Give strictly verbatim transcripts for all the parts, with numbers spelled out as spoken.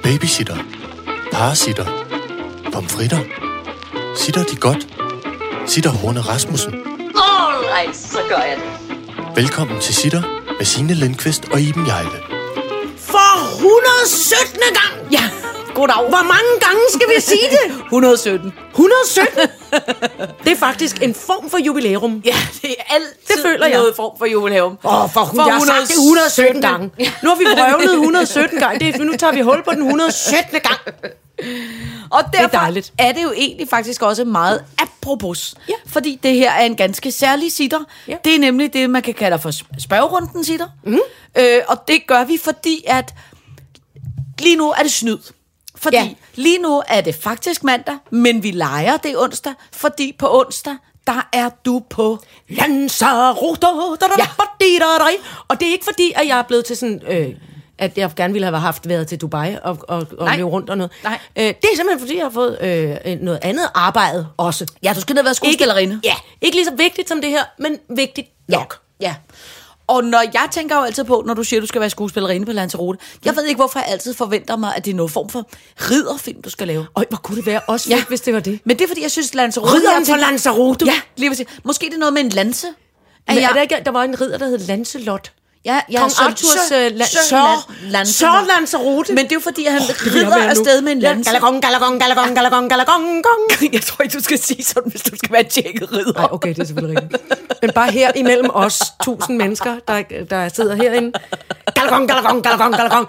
Babysitter. Parasitter. Pomfritter. Sitter de godt? Sitter Horne Rasmussen. Alright, så gør jeg det. Velkommen til Sitter med Signe Lindqvist og Iben Hjejle. For et hundrede og syttende gang! Ja, goddag. Hvor mange gange skal vi sige det? et hundrede og sytten. et hundrede og sytten? Det er faktisk en form for jubilæum. Ja, det er altid Det føler jeg. noget form for jubilæum. Åh, oh, for, for jeg har sagt det et hundrede og sytten gange. Nu har vi vrøvlet et hundrede og sytten gange. Det er, nu tager vi hul på den et hundrede og syttende gang. Og derfor det er, dejligt. er det jo egentlig faktisk også meget apropos. Ja. Fordi det her er en ganske særlig sitter. Ja. Det er nemlig det, man kan kalde for spørgerunden sitter. Mm. Øh, og det gør vi, fordi at lige nu er det snyd. Fordi ja. lige nu er det faktisk mandag, men vi leger det onsdag, fordi på onsdag, der er du på Lanzarote. Ja. Og det er ikke fordi, at jeg er blevet til sådan... Øh, at jeg gerne ville have haft været til Dubai og, og, og løbe rundt og noget. Nej. Øh, det er simpelthen fordi, jeg har fået øh, noget andet arbejde også. Ja, du skal da være skuespillerinde. Ikke, ja, ikke lige så vigtigt som det her, men vigtigt nok. Ja. ja. Og når jeg tænker jo altid på, når du siger, at du skal være skuespillerinde på Lanzarote, jeg ved ikke, hvorfor jeg altid forventer mig, at det er noget form for ridderfilm, du skal lave. Øj, hvor kunne det være også ja. fedt, hvis det var det. Men det er fordi, jeg synes, Lanzarote... Ridderen for Lanzarote? Ja, lige præcis. Måske det er noget med en lanse. Men jeg... er der, ikke, der var en ridder, der hed Lancelot. Ja, ja, Kong Arthurs Sør Lanzarote. Men det er jo fordi, at han oh, rider afsted med en lanse. Galagong, galagong, galagong, galagong, galagong, gong. Jeg tror ikke, du skal sige sådan, hvis du skal være tjekket ridder. Nej, okay, det er selvfølgelig rigtigt. Men bare her imellem os tusind mennesker, der, der sidder herinde. Galagong, galagong, galagong, galagong.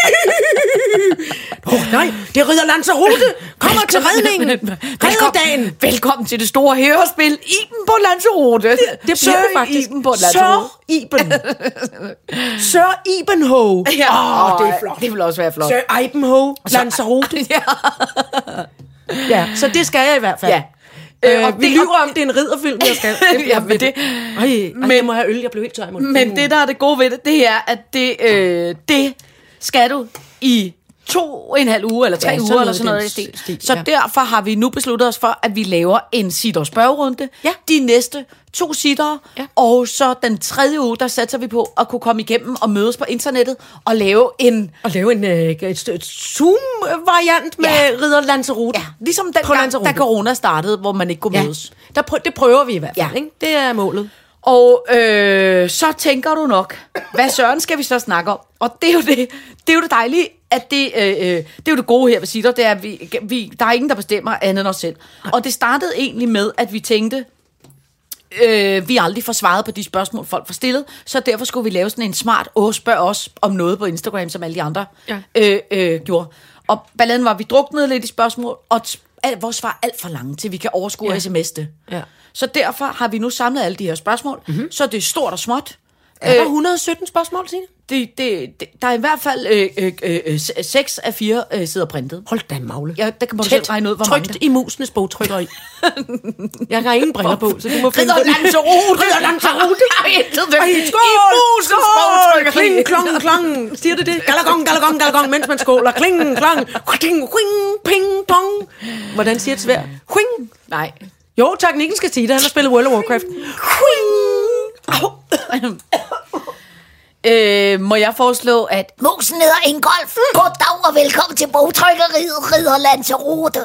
Åh, oh, nej, det er ridder Lanzarote. Kommer til redningen. Ridderdagen. Velkommen til det store hørespil. Iben på Lanzarote. Det, det bliver det faktisk. Iben på Lanzarote. Sir Iben. Sir Ibenhoe. Ja, oh, det er flot. Det vil også være flot. Sir Ibenhoe, Lanzarote. Ja. Ja, så det skal jeg i hvert fald. Ja. Øh, og vi det, lyver om, det er en ridderfilm, jeg skal. Det ja, men det, ej, ej, men, jeg må have øl, jeg blev helt tør i munden. Men det, der er det gode ved det, det er, at det, øh, det skal du i to og en halv uge, eller tre ja, uger, eller sådan noget. Stil. Stil, så ja. Derfor har vi nu besluttet os for, at vi laver en sitter spørgerunde. Ja. De næste to sitter, ja. Og så den tredje uge, der satser vi på at kunne komme igennem og mødes på internettet og lave en... Og lave en øh, et, et Zoom-variant med ja. Ridder Lanzarote. Ja, ligesom den gang, da corona startede, hvor man ikke kunne ja. mødes. Der prø- det prøver vi i hvert fald, ja. Ikke? Det er målet. Og øh, så tænker du nok, hvad søren skal vi så snakke om? Og det er jo det, det, er jo det dejlige, at det, øh, det er jo det gode her ved sitter, det er, at vi, vi, der er ingen, der bestemmer andet end os selv. Og det startede egentlig med, at vi tænkte, øh, vi aldrig får svaret på de spørgsmål, folk får stillet, så derfor skulle vi lave sådan en smart, åh, spørg os om noget på Instagram, som alle de andre ja. øh, øh, gjorde. Og balladen var, vi druknede lidt i spørgsmål, og t- vores svar er alt for lange, til vi kan overskue ja. sms'e det. Ja. Så derfor har vi nu samlet alle de her spørgsmål, mm-hmm. så det er stort og småt. Er der et hundrede og sytten spørgsmål, Signe? Det, det, det, der er i hvert fald øh, øh, øh, seks af fire øh, sidder printet. Hold da magle. Ja, der kan man selv regne ud, hvor trykt mange i musenes bogtrykkeri. Jeg har ingen briller på, så du må finde... Ridder Lanzarote! Ridder Lanzarote! Skål! Skål! Kling, klong, klong. Siger det det? Galagong, galagong, galagong, mens man skåler. Kling, klong. Kling, ping, pong. Hvordan siger det svært? Kling. Nej. Jo, teknikken skal sige det. Han har spillet World of Warcraft. øh, må jeg foreslå, at Musen hedder Ingolf. Goddag og velkommen til bogtrykkeriet Ridder Lanzarote.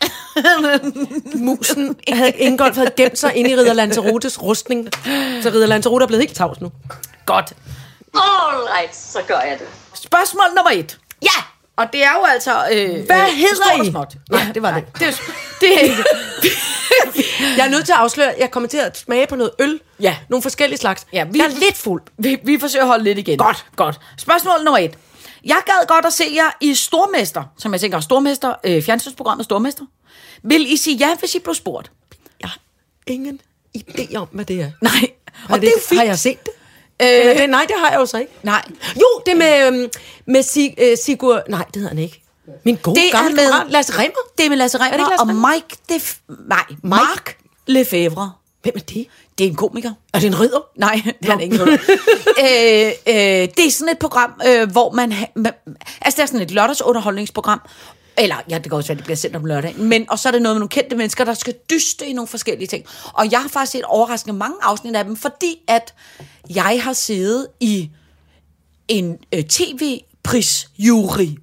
Musen havde Ingolf havde gemt sig inde i Ridder Lanzarotes rustning. Så Ridder Lanzarote er blevet helt tavs nu. Godt. Alright, så gør jeg det. Spørgsmål nummer et. Ja. Og det er jo altså... Øh, Hvad øh, hedder I? Småt. Nej, det var nej. det. Det er, det er ikke. Jeg er nødt til at afsløre, jeg kommer til at smage på noget øl. Ja. Nogle forskellige slags. Ja, vi, jeg er lidt fuld. Vi, vi forsøger at holde lidt igen. Godt. Godt. Spørgsmål nummer et. Jeg gad godt at se jer i Stormester, som jeg tænker Stormester, øh, fjernsynsprogrammet Stormester. Vil I sige ja, hvis I blev spurgt? Jeg har ingen idé om, hvad det er. Nej. Og det, det er jo fint. Har jeg set det? Øh, det? Nej, det har jeg jo så ikke. Nej. Jo, det med, med Sig, uh, Sigurd... Nej, det hedder han ikke. Min gode det gamle med, kammerat, Lasse Rimmer. Det er med Lasse Rimmer og Mike... Det, nej, Mike Mark Lefebvre. Hvem er det? Det er en komiker. Er det en ridder? Nej, det er han ikke. øh, øh, det er sådan et program, øh, hvor man, man... Altså, det er sådan et lørdagsunderholdningsprogram. Eller, ja, det kan også være, det bliver sendt om lørdagen. Men, og så er det noget med nogle kendte mennesker, der skal dyste i nogle forskellige ting. Og jeg har faktisk set overraskende mange afsnit af dem, fordi at jeg har siddet i en øh, tv-prisjury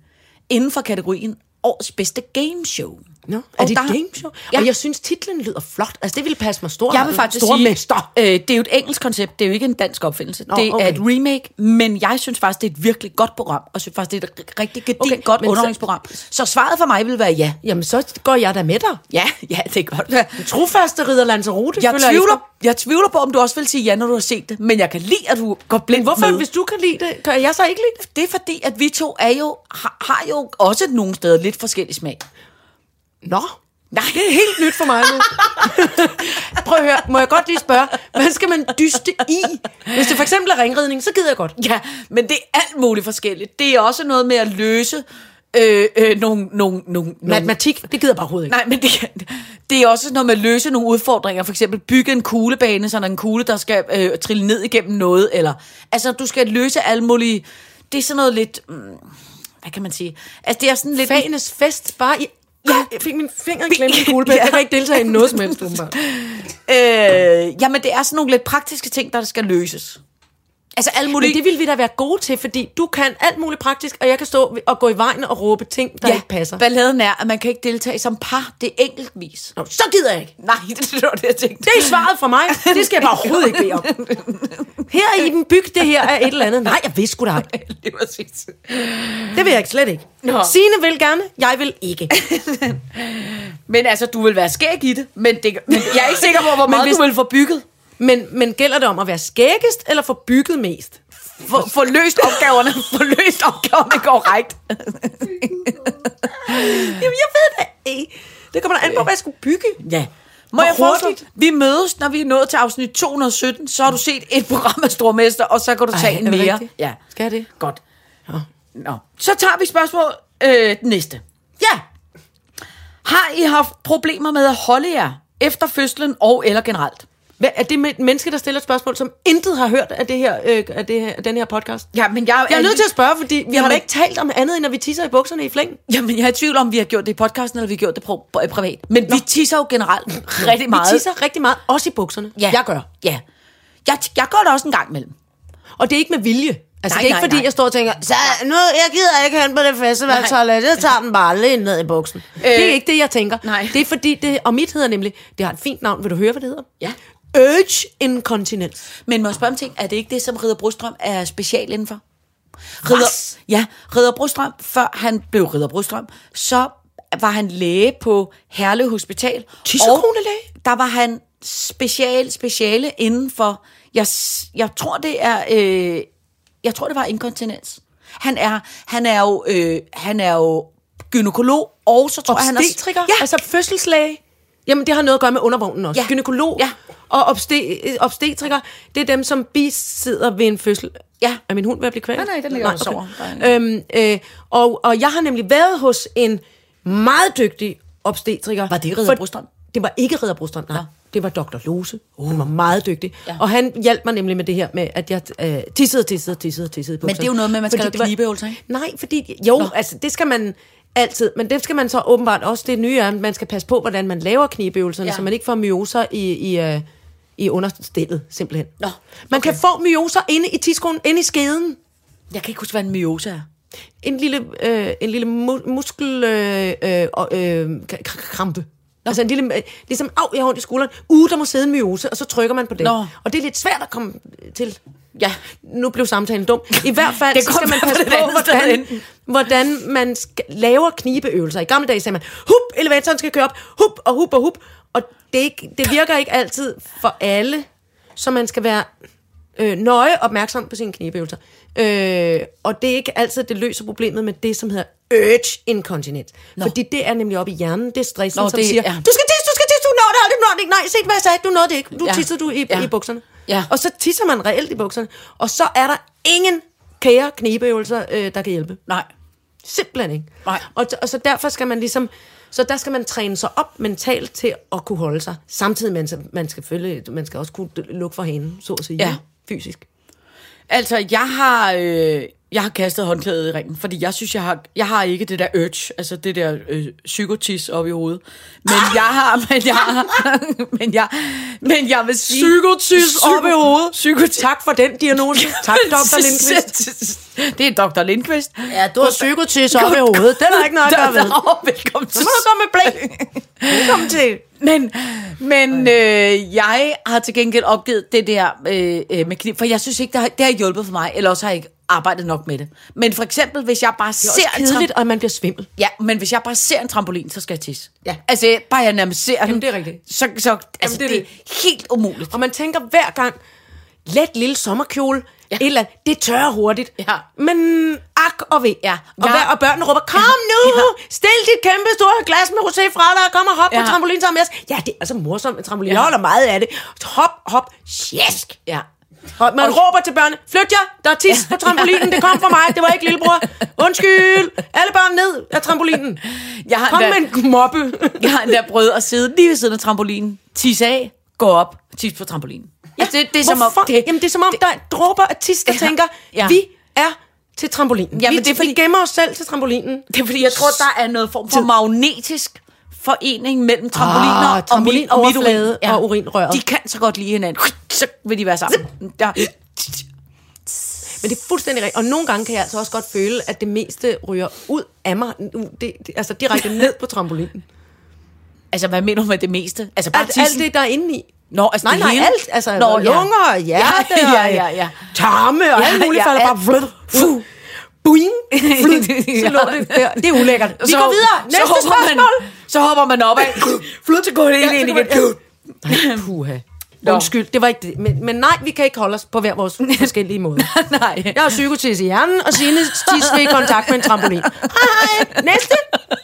inden for kategorien Årets bedste gameshow. Nå, er Og det der- et gameshow? Ja. Og jeg synes, titlen lyder flot. Altså, det ville passe mig stor. Jeg vil faktisk store sige, mester. øh, det er jo et engelsk koncept, det er jo ikke en dansk opfindelse. Nå, det okay. er et remake, men jeg synes faktisk, det er et virkelig godt program, og jeg synes faktisk, det er et rigtig gedigent Okay, okay, godt men så- underholdningsprogram. Så... så svaret for mig vil være ja. Jamen, så går jeg da med dig. Ja, ja, det kan godt være. Trofaste ridder Lanzarote. Jeg følger tvivler, efter. jeg tvivler på, om du også vil sige ja, når du har set det, men jeg kan lide, at du går Men blind hvorfor, med. hvis du kan lide det, kan jeg så ikke lide det? Det er fordi, at vi to er jo, har, har jo også nogle steder lidt forskellig smag. Nå, Nej. det er helt nyt for mig nu. Prøv at høre, må jeg godt lige spørge, hvad skal man dyste i? Hvis det for eksempel er ringridning, så gider jeg godt. Ja, men det er alt muligt forskelligt. Det er også noget med at løse øh, øh, nogle, nogle, nogle, Matematik, det gider jeg bare overhovedet ikke. Nej, men det, det er også noget med at løse nogle udfordringer. For eksempel bygge en kuglebane, så der er en kugle, der skal øh, trille ned igennem noget. Eller, altså, du skal løse alle mulige... Det er sådan noget lidt... Mm, hvad kan man sige? Altså, det er sådan lidt... Fagenes fest, bare i... Ja, jeg fik min finger klemt i kuglepæk. Ja. Jeg kan ikke deltage i noget som helst, åbenbart. Øh, jamen, det er sådan nogle lidt praktiske ting, der skal løses. Altså, alle mulige... Men det vil vi da være gode til, fordi du kan alt muligt praktisk, og jeg kan stå og gå i vejen og råbe ting, der ja, ikke passer. balladen er, at man kan ikke deltage som par. Det er enkeltvis. Nå, så gider jeg ikke. Nej, det var det, jeg tænkte. Det er svaret fra mig. Det skal jeg bare overhovedet ikke bede om. Her i den byg, det her er et eller andet. Nej, jeg vidste sgu da ej. Det var sidst. Det vil jeg ikke, slet ikke. Nå. Signe vil gerne, jeg vil ikke. Men altså, du vil være skæg i det, men, det, men jeg er ikke sikker på, hvor meget hvis- du vil få bygget. Men, men gælder det om at være skæggest, eller få bygget mest? Få, få løst opgaverne, få løst opgaverne korrekt. Jamen, jeg ved det ikke. Det kommer da an på, hvad jeg skulle bygge. Ja. Må Hvor jeg foreslå, hurtigt? vi mødes, når vi er nået til afsnit to hundrede og sytten, så har du set et program af Stormester, og så kan du Ej, tage er en det mere. rigtigt? Ja, Skal jeg det? godt. Nå. Så tager vi spørgsmål øh, næste. Ja. Har I haft problemer med at holde jer efter fødslen og eller generelt? Hvad, er det med et menneske, der stiller et spørgsmål, som intet har hørt af, det her, øh, af, det her, af den her podcast? Ja, men jeg, Jeg er nødt til at spørge, fordi vi Jamen- har da ikke talt om andet, end når vi tisser i bukserne i flæng. Jamen, jeg er i tvivl om, vi har gjort det i podcasten, eller vi har gjort det pro- pri- privat. Men Nå. vi tisser jo generelt rigtig meget. Vi tisser rigtig meget, også i bukserne. Ja. Jeg gør. Ja. Jeg, jeg gør det også en gang imellem. Og det er ikke med vilje. Altså, Nej, det er ikke nej, fordi, nej. jeg står og tænker, så nu, jeg gider ikke hen på det festivaltoilet, jeg tager den bare lige ned i buksen. Øh, det er ikke det, jeg tænker. nej. Det er fordi, det, og mit hedder nemlig, det har et fint navn, vil du høre, hvad det hedder? Ja. Urge incontinence. Men må jeg spørge om ting, er det ikke det, som Ridder Brostrøm er special indenfor? Ridder, Ras. ja, Ridder Brostrøm, før han blev Ridder Brostrøm, så var han læge på Herlev Hospital. Tissekronelæge? Og der var han special, speciale inden for, jeg, s- jeg tror det er, øh, jeg tror det var inkontinens. Han er, han er jo, øh, han er jo gynekolog, og så tror jeg, han er... Obstetriker? Ja, Altså fødselslæge? Jamen, det har noget at gøre med undervognen også. Ja. Gynekolog Ja. og obste- obstetriker, det er dem, som bisidder ved en fødsel. Ja. Er min hund ved at blive kvalt? Nej, nej, den ligger og sover. Øhm, øh, og, og jeg har nemlig været hos en meget dygtig obstetriker. Var det Ridder For- Brostrøm? Det var ikke Ridder Brostrøm, nej. Nå. Det var doktor Lose. Uh. Han var meget dygtig. Ja. Og han hjalp mig nemlig med det her med, at jeg øh, tissede, tissede, tissede, tissede i bukserne. Men det er jo noget med, at man skal Fordi lave det var- knibeøvelser, ikke? Nej, fordi... Jo, Nå. altså det skal man altid. Men det skal man så åbenbart også. Det nye er, at man skal passe på, hvordan man laver knibeøvelserne, Ja. så man ikke får myoser i, i, øh, i understillet, simpelthen. Nå, Man kan få myoser inde i tidskolen, inde i skeden. Jeg kan ikke huske, hvad en myose er. En lille, øh, en lille mu- muskel øh, øh, øh, k- k- krampe. Altså en lille, øh, ligesom, au, jeg har ondt i skulderen. Uh, der må sidde en myose, og så trykker man på den. Nå. Og det er lidt svært at komme til. Ja. Nu blev samtalen dum. I hvert fald, Det så kom skal man fra passe det på, andet sted hvordan, hen. hvordan man skal, laver knibeøvelser. I gamle dage sagde man, hup, elevatoren skal køre op, hup og hup og hup. Og det, er ikke, det virker ikke altid for alle, så man skal være øh, nøje opmærksom på sine knibeøvelser. Øh, og det er ikke altid, det løser problemet med det, som hedder urge incontinence. Nå. Fordi det er nemlig oppe i hjernen, det er stressen, Nå, som det- siger, ja. du skal tisse, du skal tisse, du når det aldrig, du når det ikke. Nej, se hvad jeg sagde, du nåede det ikke. Nu Ja. tissede du i, Ja. i bukserne. Ja. Og så tisser man reelt i bukserne. Og så er der ingen kære knibeøvelser, øh, der kan hjælpe. Nej. Simpelthen ikke. Nej. Og, og så derfor skal man ligesom, så der skal man træne sig op mentalt til at kunne holde sig. Samtidig med, at man skal, følge, man skal også kunne lukke for hanen, så at sige. Ja. Fysisk. Altså, jeg har, øh, Jeg har kastet håndklædet i ringen, fordi jeg synes, jeg har, jeg har ikke det der urge, altså det der øh, psykotis op i hovedet. Men jeg har, men jeg har, men jeg, men jeg vil sige... Psykotis op i hovedet. Psykotis. Tak for den diagnose. Tak, doktor Lindqvist. Det er doktor Lindqvist. Ja, du har psykotis op i hovedet. Det er der ikke noget, der ved. Velkommen til. Så må du gå med blæ. Velkommen til. Men, men øh, jeg har til gengæld opgivet det der øh, med kniv, for jeg synes ikke, det har, det har hjulpet for mig, eller også har jeg ikke arbejdet nok med det. Men for eksempel, hvis jeg bare ser... Det er også kedeligt, og man bliver svimmel. Ja, men hvis jeg bare ser en trampolin, så skal jeg tisse. Ja. Altså, bare jeg nærmest ser den. Jamen, det er rigtigt. Så, så altså, det er det, det er helt umuligt. Og man tænker hver gang, let lille sommerkjole, ja. Et eller andet, det tørrer hurtigt. Ja. Men ak og ved. Ja. Og, Ja. hver, og børnene råber, kom nu, Ja. stil dit kæmpe store glas med rosé fra dig, og kom og hop Ja. på trampolin sammen med os. Ja, det er altså morsomt med trampolin. Ja. Jeg holder meget af det. Hop, hop, sjask. Ja. Og man og råber til børnene, flyt jer, der er tis på trampolinen, det kom fra mig, det var ikke lillebror. Undskyld, alle børn ned af trampolinen. Jeg har Kom endda- med en moppe. Jeg har endda prøvet at sidde lige ved siden af trampolinen, tisse af, gå op, tisse på trampolinen. Ja, altså, det, det er som om, det, Jamen, det er som om, det, der er dråber af tis, der Ja, tænker, ja. vi er til trampolinen. Ja, vi, men det er fordi- vi gemmer os selv til trampolinen. det er fordi, jeg tror, der er noget form for magnetisk forening mellem trampoliner Ah, og, trampolin, mit, og mit overflade urin. og urinrøret. De kan så godt lide hinanden. Så vil de være sammen. Der. Men det er fuldstændig rigtigt. Og nogle gange kan jeg altså også godt føle, at det meste ryger ud af mig. Nu, det, det, altså direkte ned på trampolinen. Altså, hvad mener du med det meste? Altså, bare Alt, tissen? alt det, der er inde i. Nå, altså Nej, det nej, hele? alt. Altså, Nå, Nå, ja. lunger og hjerte Ja, ja, og ja, ja. tarme og Ja, alt muligt ja, falder ja. bare flyt. Fuh. Boing. Flyt. Så lå det der. Det er ulækkert. Vi Så går hop- videre. Næste så hopper spørgsmål. Man, så hopper man op af. Flyt til gå helt ind igen. Nej, puha. Undskyld, det var ikke det. Men, men nej, vi kan ikke holde os på hver vores forskellige måder. Nej. Jeg har psykotis i hjernen, og Signe tis ved i kontakt med en trampolin. Hej, næste.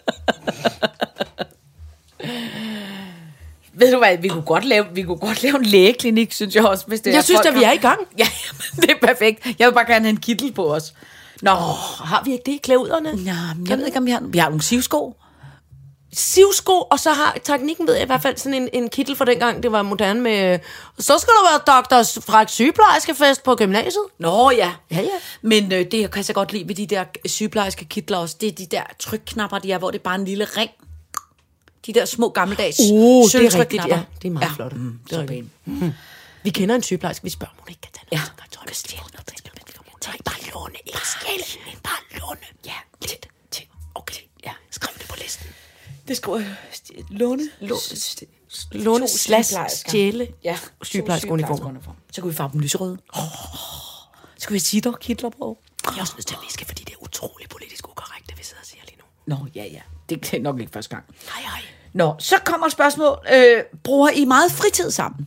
Ved du hvad, vi kunne godt lave, vi kunne godt lave en lægeklinik, synes jeg også. Hvis det Jeg er synes, folk at vi har- er i gang. Ja, det er perfekt. Jeg vil bare gerne have en kittel på os. Nå, Har vi ikke det i klæderne? ja, men jeg ved ikke, om vi har, vi har nogle sivsko. Sivsko, og så har teknikken, ved jeg i hvert fald, sådan en, en kittel fra dengang, det var moderne med, så skal der være doktor Fræk sygeplejerskefest på gymnasiet. Nå ja. Ja, ja. Men øh, det, jeg kan så godt lide ved de der sygeplejerske kitler også, det er de der trykknapper, de er, hvor det er bare en lille ring. De der små gammeldags Uh, det er rigtigt, sølvtrykknapper. ja. Det er meget flot. Mm, Det er så rigtigt. pænt. Vi kender en sygeplejerske, vi spørger, om hun ikke kan tage noget. Ja. Så kan jeg stjæle noget. Så ikke bare låne, ikke stjæle, bare låne. Ja, lidt. Okay, ja. Skriv det på listen. Det skriver jeg. Låne. Låne To slash sygeplejersker. stjæle Ja, sygeplejerskeuniformer. Så kan vi farve dem lyserøde. Oh. Så kan vi sige dog kitler på. Jeg er også nødt til at viske, fordi det er utroligt politisk ukorrekt, det vi sidder og siger lige nu. Nå, ja, ja. Det er nok ikke første gang. Hej, hej. Nå, så kommer et spørgsmål. Øh, bruger I meget fritid sammen?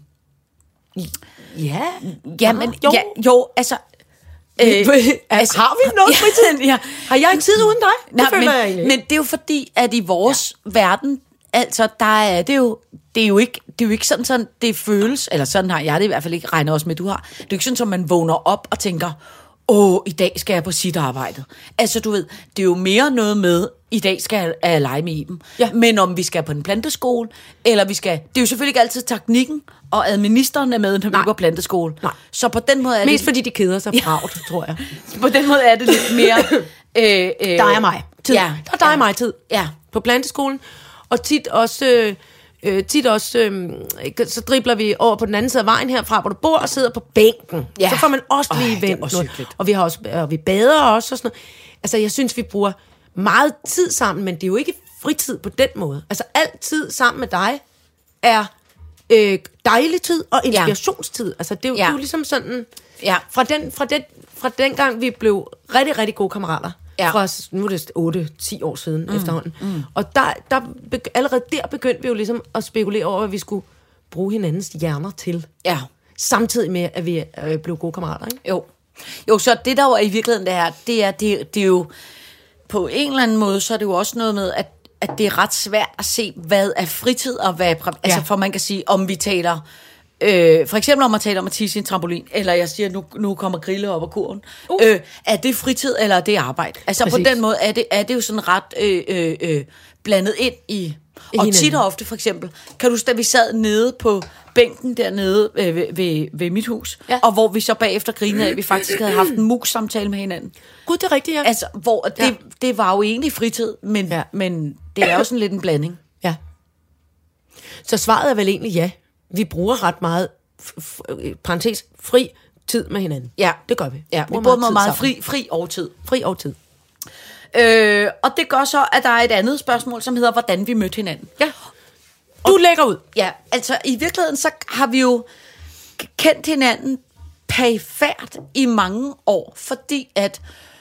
Ja. Jamen, jo. ja, jo, altså... Øh, altså, har vi noget fritid? ja. Har jeg ikke tid uden dig? Det Nej, føler men, jeg egentlig. men det er jo fordi, at i vores ja. verden, altså, der er det jo, det er jo ikke, det er jo ikke sådan, sådan, det føles, eller sådan har jeg det i hvert fald ikke, regner også med, du har. Det er jo ikke sådan, at man vågner op og tænker, åh, i dag skal jeg på sit arbejde. Altså, du ved, det er jo mere noget med, i dag skal jeg, jeg lege med Iben. Ja. Men om vi skal på en planteskole, eller vi skal, det er jo selvfølgelig ikke altid teknikken, og administreren er med, når vi går på planteskole. Nej. Så på den måde er Mest det... fordi de keder sig bragt, tror jeg. På den måde er det lidt mere... øh, øh, Der er mig tid. Ja. Der er dig og mig tid. Ja. På planteskolen. Og tit også... Øh, øh, tit også, øh, så dribler vi over på den anden side af vejen herfra, hvor du bor og sidder på bænken. Ja. Så får man også Øj, lige det er vendt også noget. hyggeligt. Og vi har også, og vi bader også og sådan noget. Altså, jeg synes, vi bruger meget tid sammen, men det er jo ikke fritid på den måde. Altså, altid sammen med dig er øh, dejlig tid og inspirationstid. Altså, det er jo, Ja. det er jo ligesom sådan... Ja. Fra den, fra, den, fra den gang, vi blev rigtig, rigtig gode kammerater, Ja. fra, nu er det otte ti år siden mm. efterhånden, mm. og der, der, allerede der begyndte vi jo ligesom at spekulere over, hvad vi skulle bruge hinandens hjerner til. Ja. Samtidig med, at vi øh, blev gode kammerater, ikke? Jo. Jo, så det der jo er i virkeligheden det her, det er, det, det er jo på en eller anden måde, så er det jo også noget med, at, at det er ret svært at se, hvad er fritid og hvad er... Præ- altså, for man kan sige, om vi taler Øh, for eksempel om man taler om at tisse i en trampolin, eller jeg siger, nu, nu kommer grille op af kurven. Uh. Øh, er det fritid, eller er det arbejde? Altså Præcis. På den måde er det, er det jo sådan ret øh, øh, øh, blandet ind i... I og hinanden. Tit og ofte for eksempel, kan du huske, da vi sad nede på bænken dernede øh, ved, ved, ved mit hus, ja. Og hvor vi så bagefter grinede af, at vi faktisk havde haft en mus-samtale med hinanden. Gud, det er rigtigt, ja. Altså, hvor det, ja. det var jo egentlig fritid, men, ja. men det er jo sådan lidt en blanding. Ja. Så svaret er vel egentlig ja. Vi bruger ret meget, f- f- parentes, fri tid med hinanden. Ja. Det gør vi. Ja, vi bruger meget, meget, meget fri, fri over tid. Fri over tid. Øh, og det gør så, at der er et andet spørgsmål, som hedder, hvordan vi mødte hinanden. Ja. Du og, lægger ud. Ja, altså i virkeligheden, så har vi jo kendt hinanden perifært i mange år, fordi at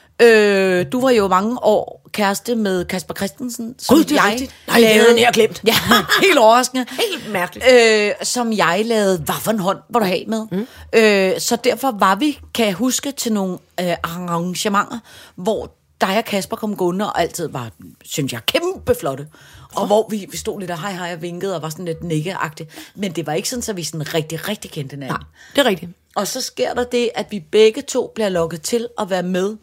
øh, du var jo mange år kæreste med Kasper Christensen, som Gud, det er jeg rigtigt. Nej, det havde jeg glemt. Ja, helt overraskende. Helt mærkeligt. Øh, som jeg lavede, hvad for en hånd var du have med? Mm. Øh, så derfor var vi, kan jeg huske, til nogle øh, arrangementer, hvor dig og Kasper kom gående og altid var, synes jeg, kæmpe flotte. Og oh. hvor vi, vi stod lidt og hej hej og vinkede og var sådan lidt nikkeagtigt. Men det var ikke sådan, at vi sådan rigtig, rigtig kendte hinanden. Nej, det er rigtigt. Og så sker der det, at vi begge to bliver lukket til at være med.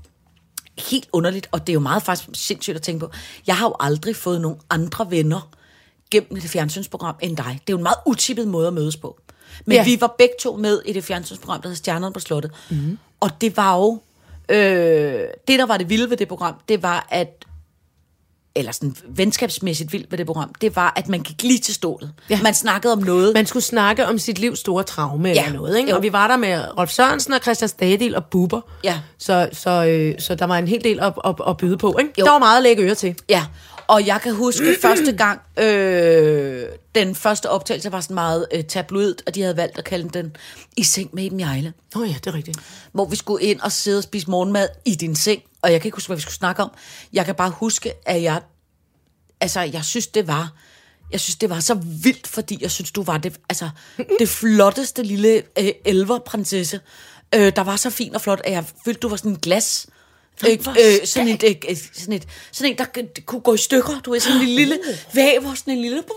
Helt underligt, og det er jo meget faktisk sindssygt at tænke på. Jeg har jo aldrig fået nogle andre venner gennem et fjernsynsprogram end dig. Det er jo en meget utippet måde at mødes på. Men ja. Vi var begge to med i det fjernsynsprogram, der hedder Stjernerne på Slottet. Mm-hmm. Og det var jo... Øh, det, der var det vilde ved det program, det var, at eller sådan venskabsmæssigt vildt ved det program, det var, at man gik lige til stålet. Ja. Man snakkede om noget. Man skulle snakke om sit livs store traume ja. Eller noget, ikke? Og vi var der med Rolf Sørensen og Christian Stadil og Bubber. Ja. Så, så, øh, så der var en hel del at, at, at byde på, ikke? Jo. Der var meget at lægge øre til. Ja, og jeg kan huske første gang, øh, den første optagelse var sådan meget øh, tabloidt, og de havde valgt at kalde den I seng med Iben Hjejle. Åh oh ja, det er rigtigt. Hvor vi skulle ind og sidde og spise morgenmad i din seng, og jeg kan ikke huske, hvad vi skulle snakke om. Jeg kan bare huske, at jeg, altså, jeg synes, det var, jeg synes, det var så vildt, fordi jeg synes, du var det, altså, det flotteste lille øh, elverprinsesse. Øh, der var så fint og flot, at jeg følte, du var sådan en glas. Øh, øh, sådan, et, øh, sådan, et, sådan en, der kunne gå i stykker. Du er sådan en lille væver, sådan en lille...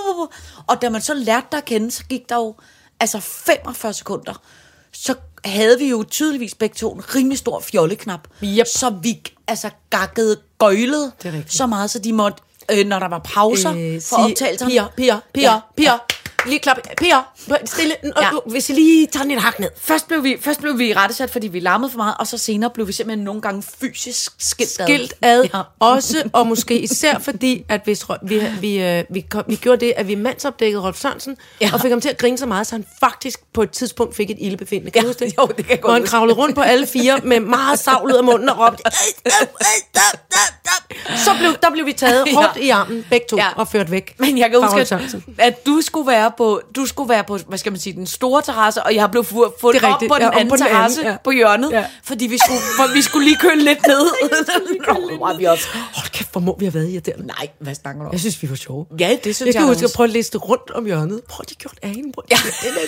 Og da man så lærte dig at kende, så gik der jo altså femogfyrre sekunder. Så havde vi jo tydeligvis begge to en rimelig stor fjolleknap. Yep. Så vi altså gakkede, gøjlede så meget, så de måtte, øh, når der var pauser øh, for optagelserne... Piger, piger, piger, ja, piger. Ja. Lige klap. Piger, stille. Ja. Hvis I lige tager den et hak ned. Først blev vi, først blev vi rettesat, fordi vi larmede for meget, og så senere blev vi simpelthen nogle gange fysisk skilt ad. Skilt ad. Ja. Også, og måske især fordi, at hvis vi, vi, vi, vi, vi gjorde det, at vi mandsopdækkede Rolf Sørensen, ja. Og fik ham til at grine så meget, så han faktisk på et tidspunkt fik et ildebefindende. Kan du huske det? Jo, det kan Hvor han kravlede rundt på alle fire med meget savl ud af munden og råbte. Så blev, der blev vi taget hårdt ja. I armen, begge to, ja. Og ført væk. Men jeg kan huske, at, at du skulle være på, du skulle være på, hvad skal man sige, den store terrasse, og jeg blev fundet op på den ja, anden på den terrasse anden, ja. På hjørnet, ja. Fordi vi skulle, for vi skulle lige køle lidt ned. Hold vi også. Hold kæft, hvor må vi have været irriterende. Nej, hvad snakker du om? Jeg synes, vi var sjove. Ja, det synes jeg. Jeg kan huske at prøve at liste rundt om hjørnet. Prøv at de gjort agen. Ja.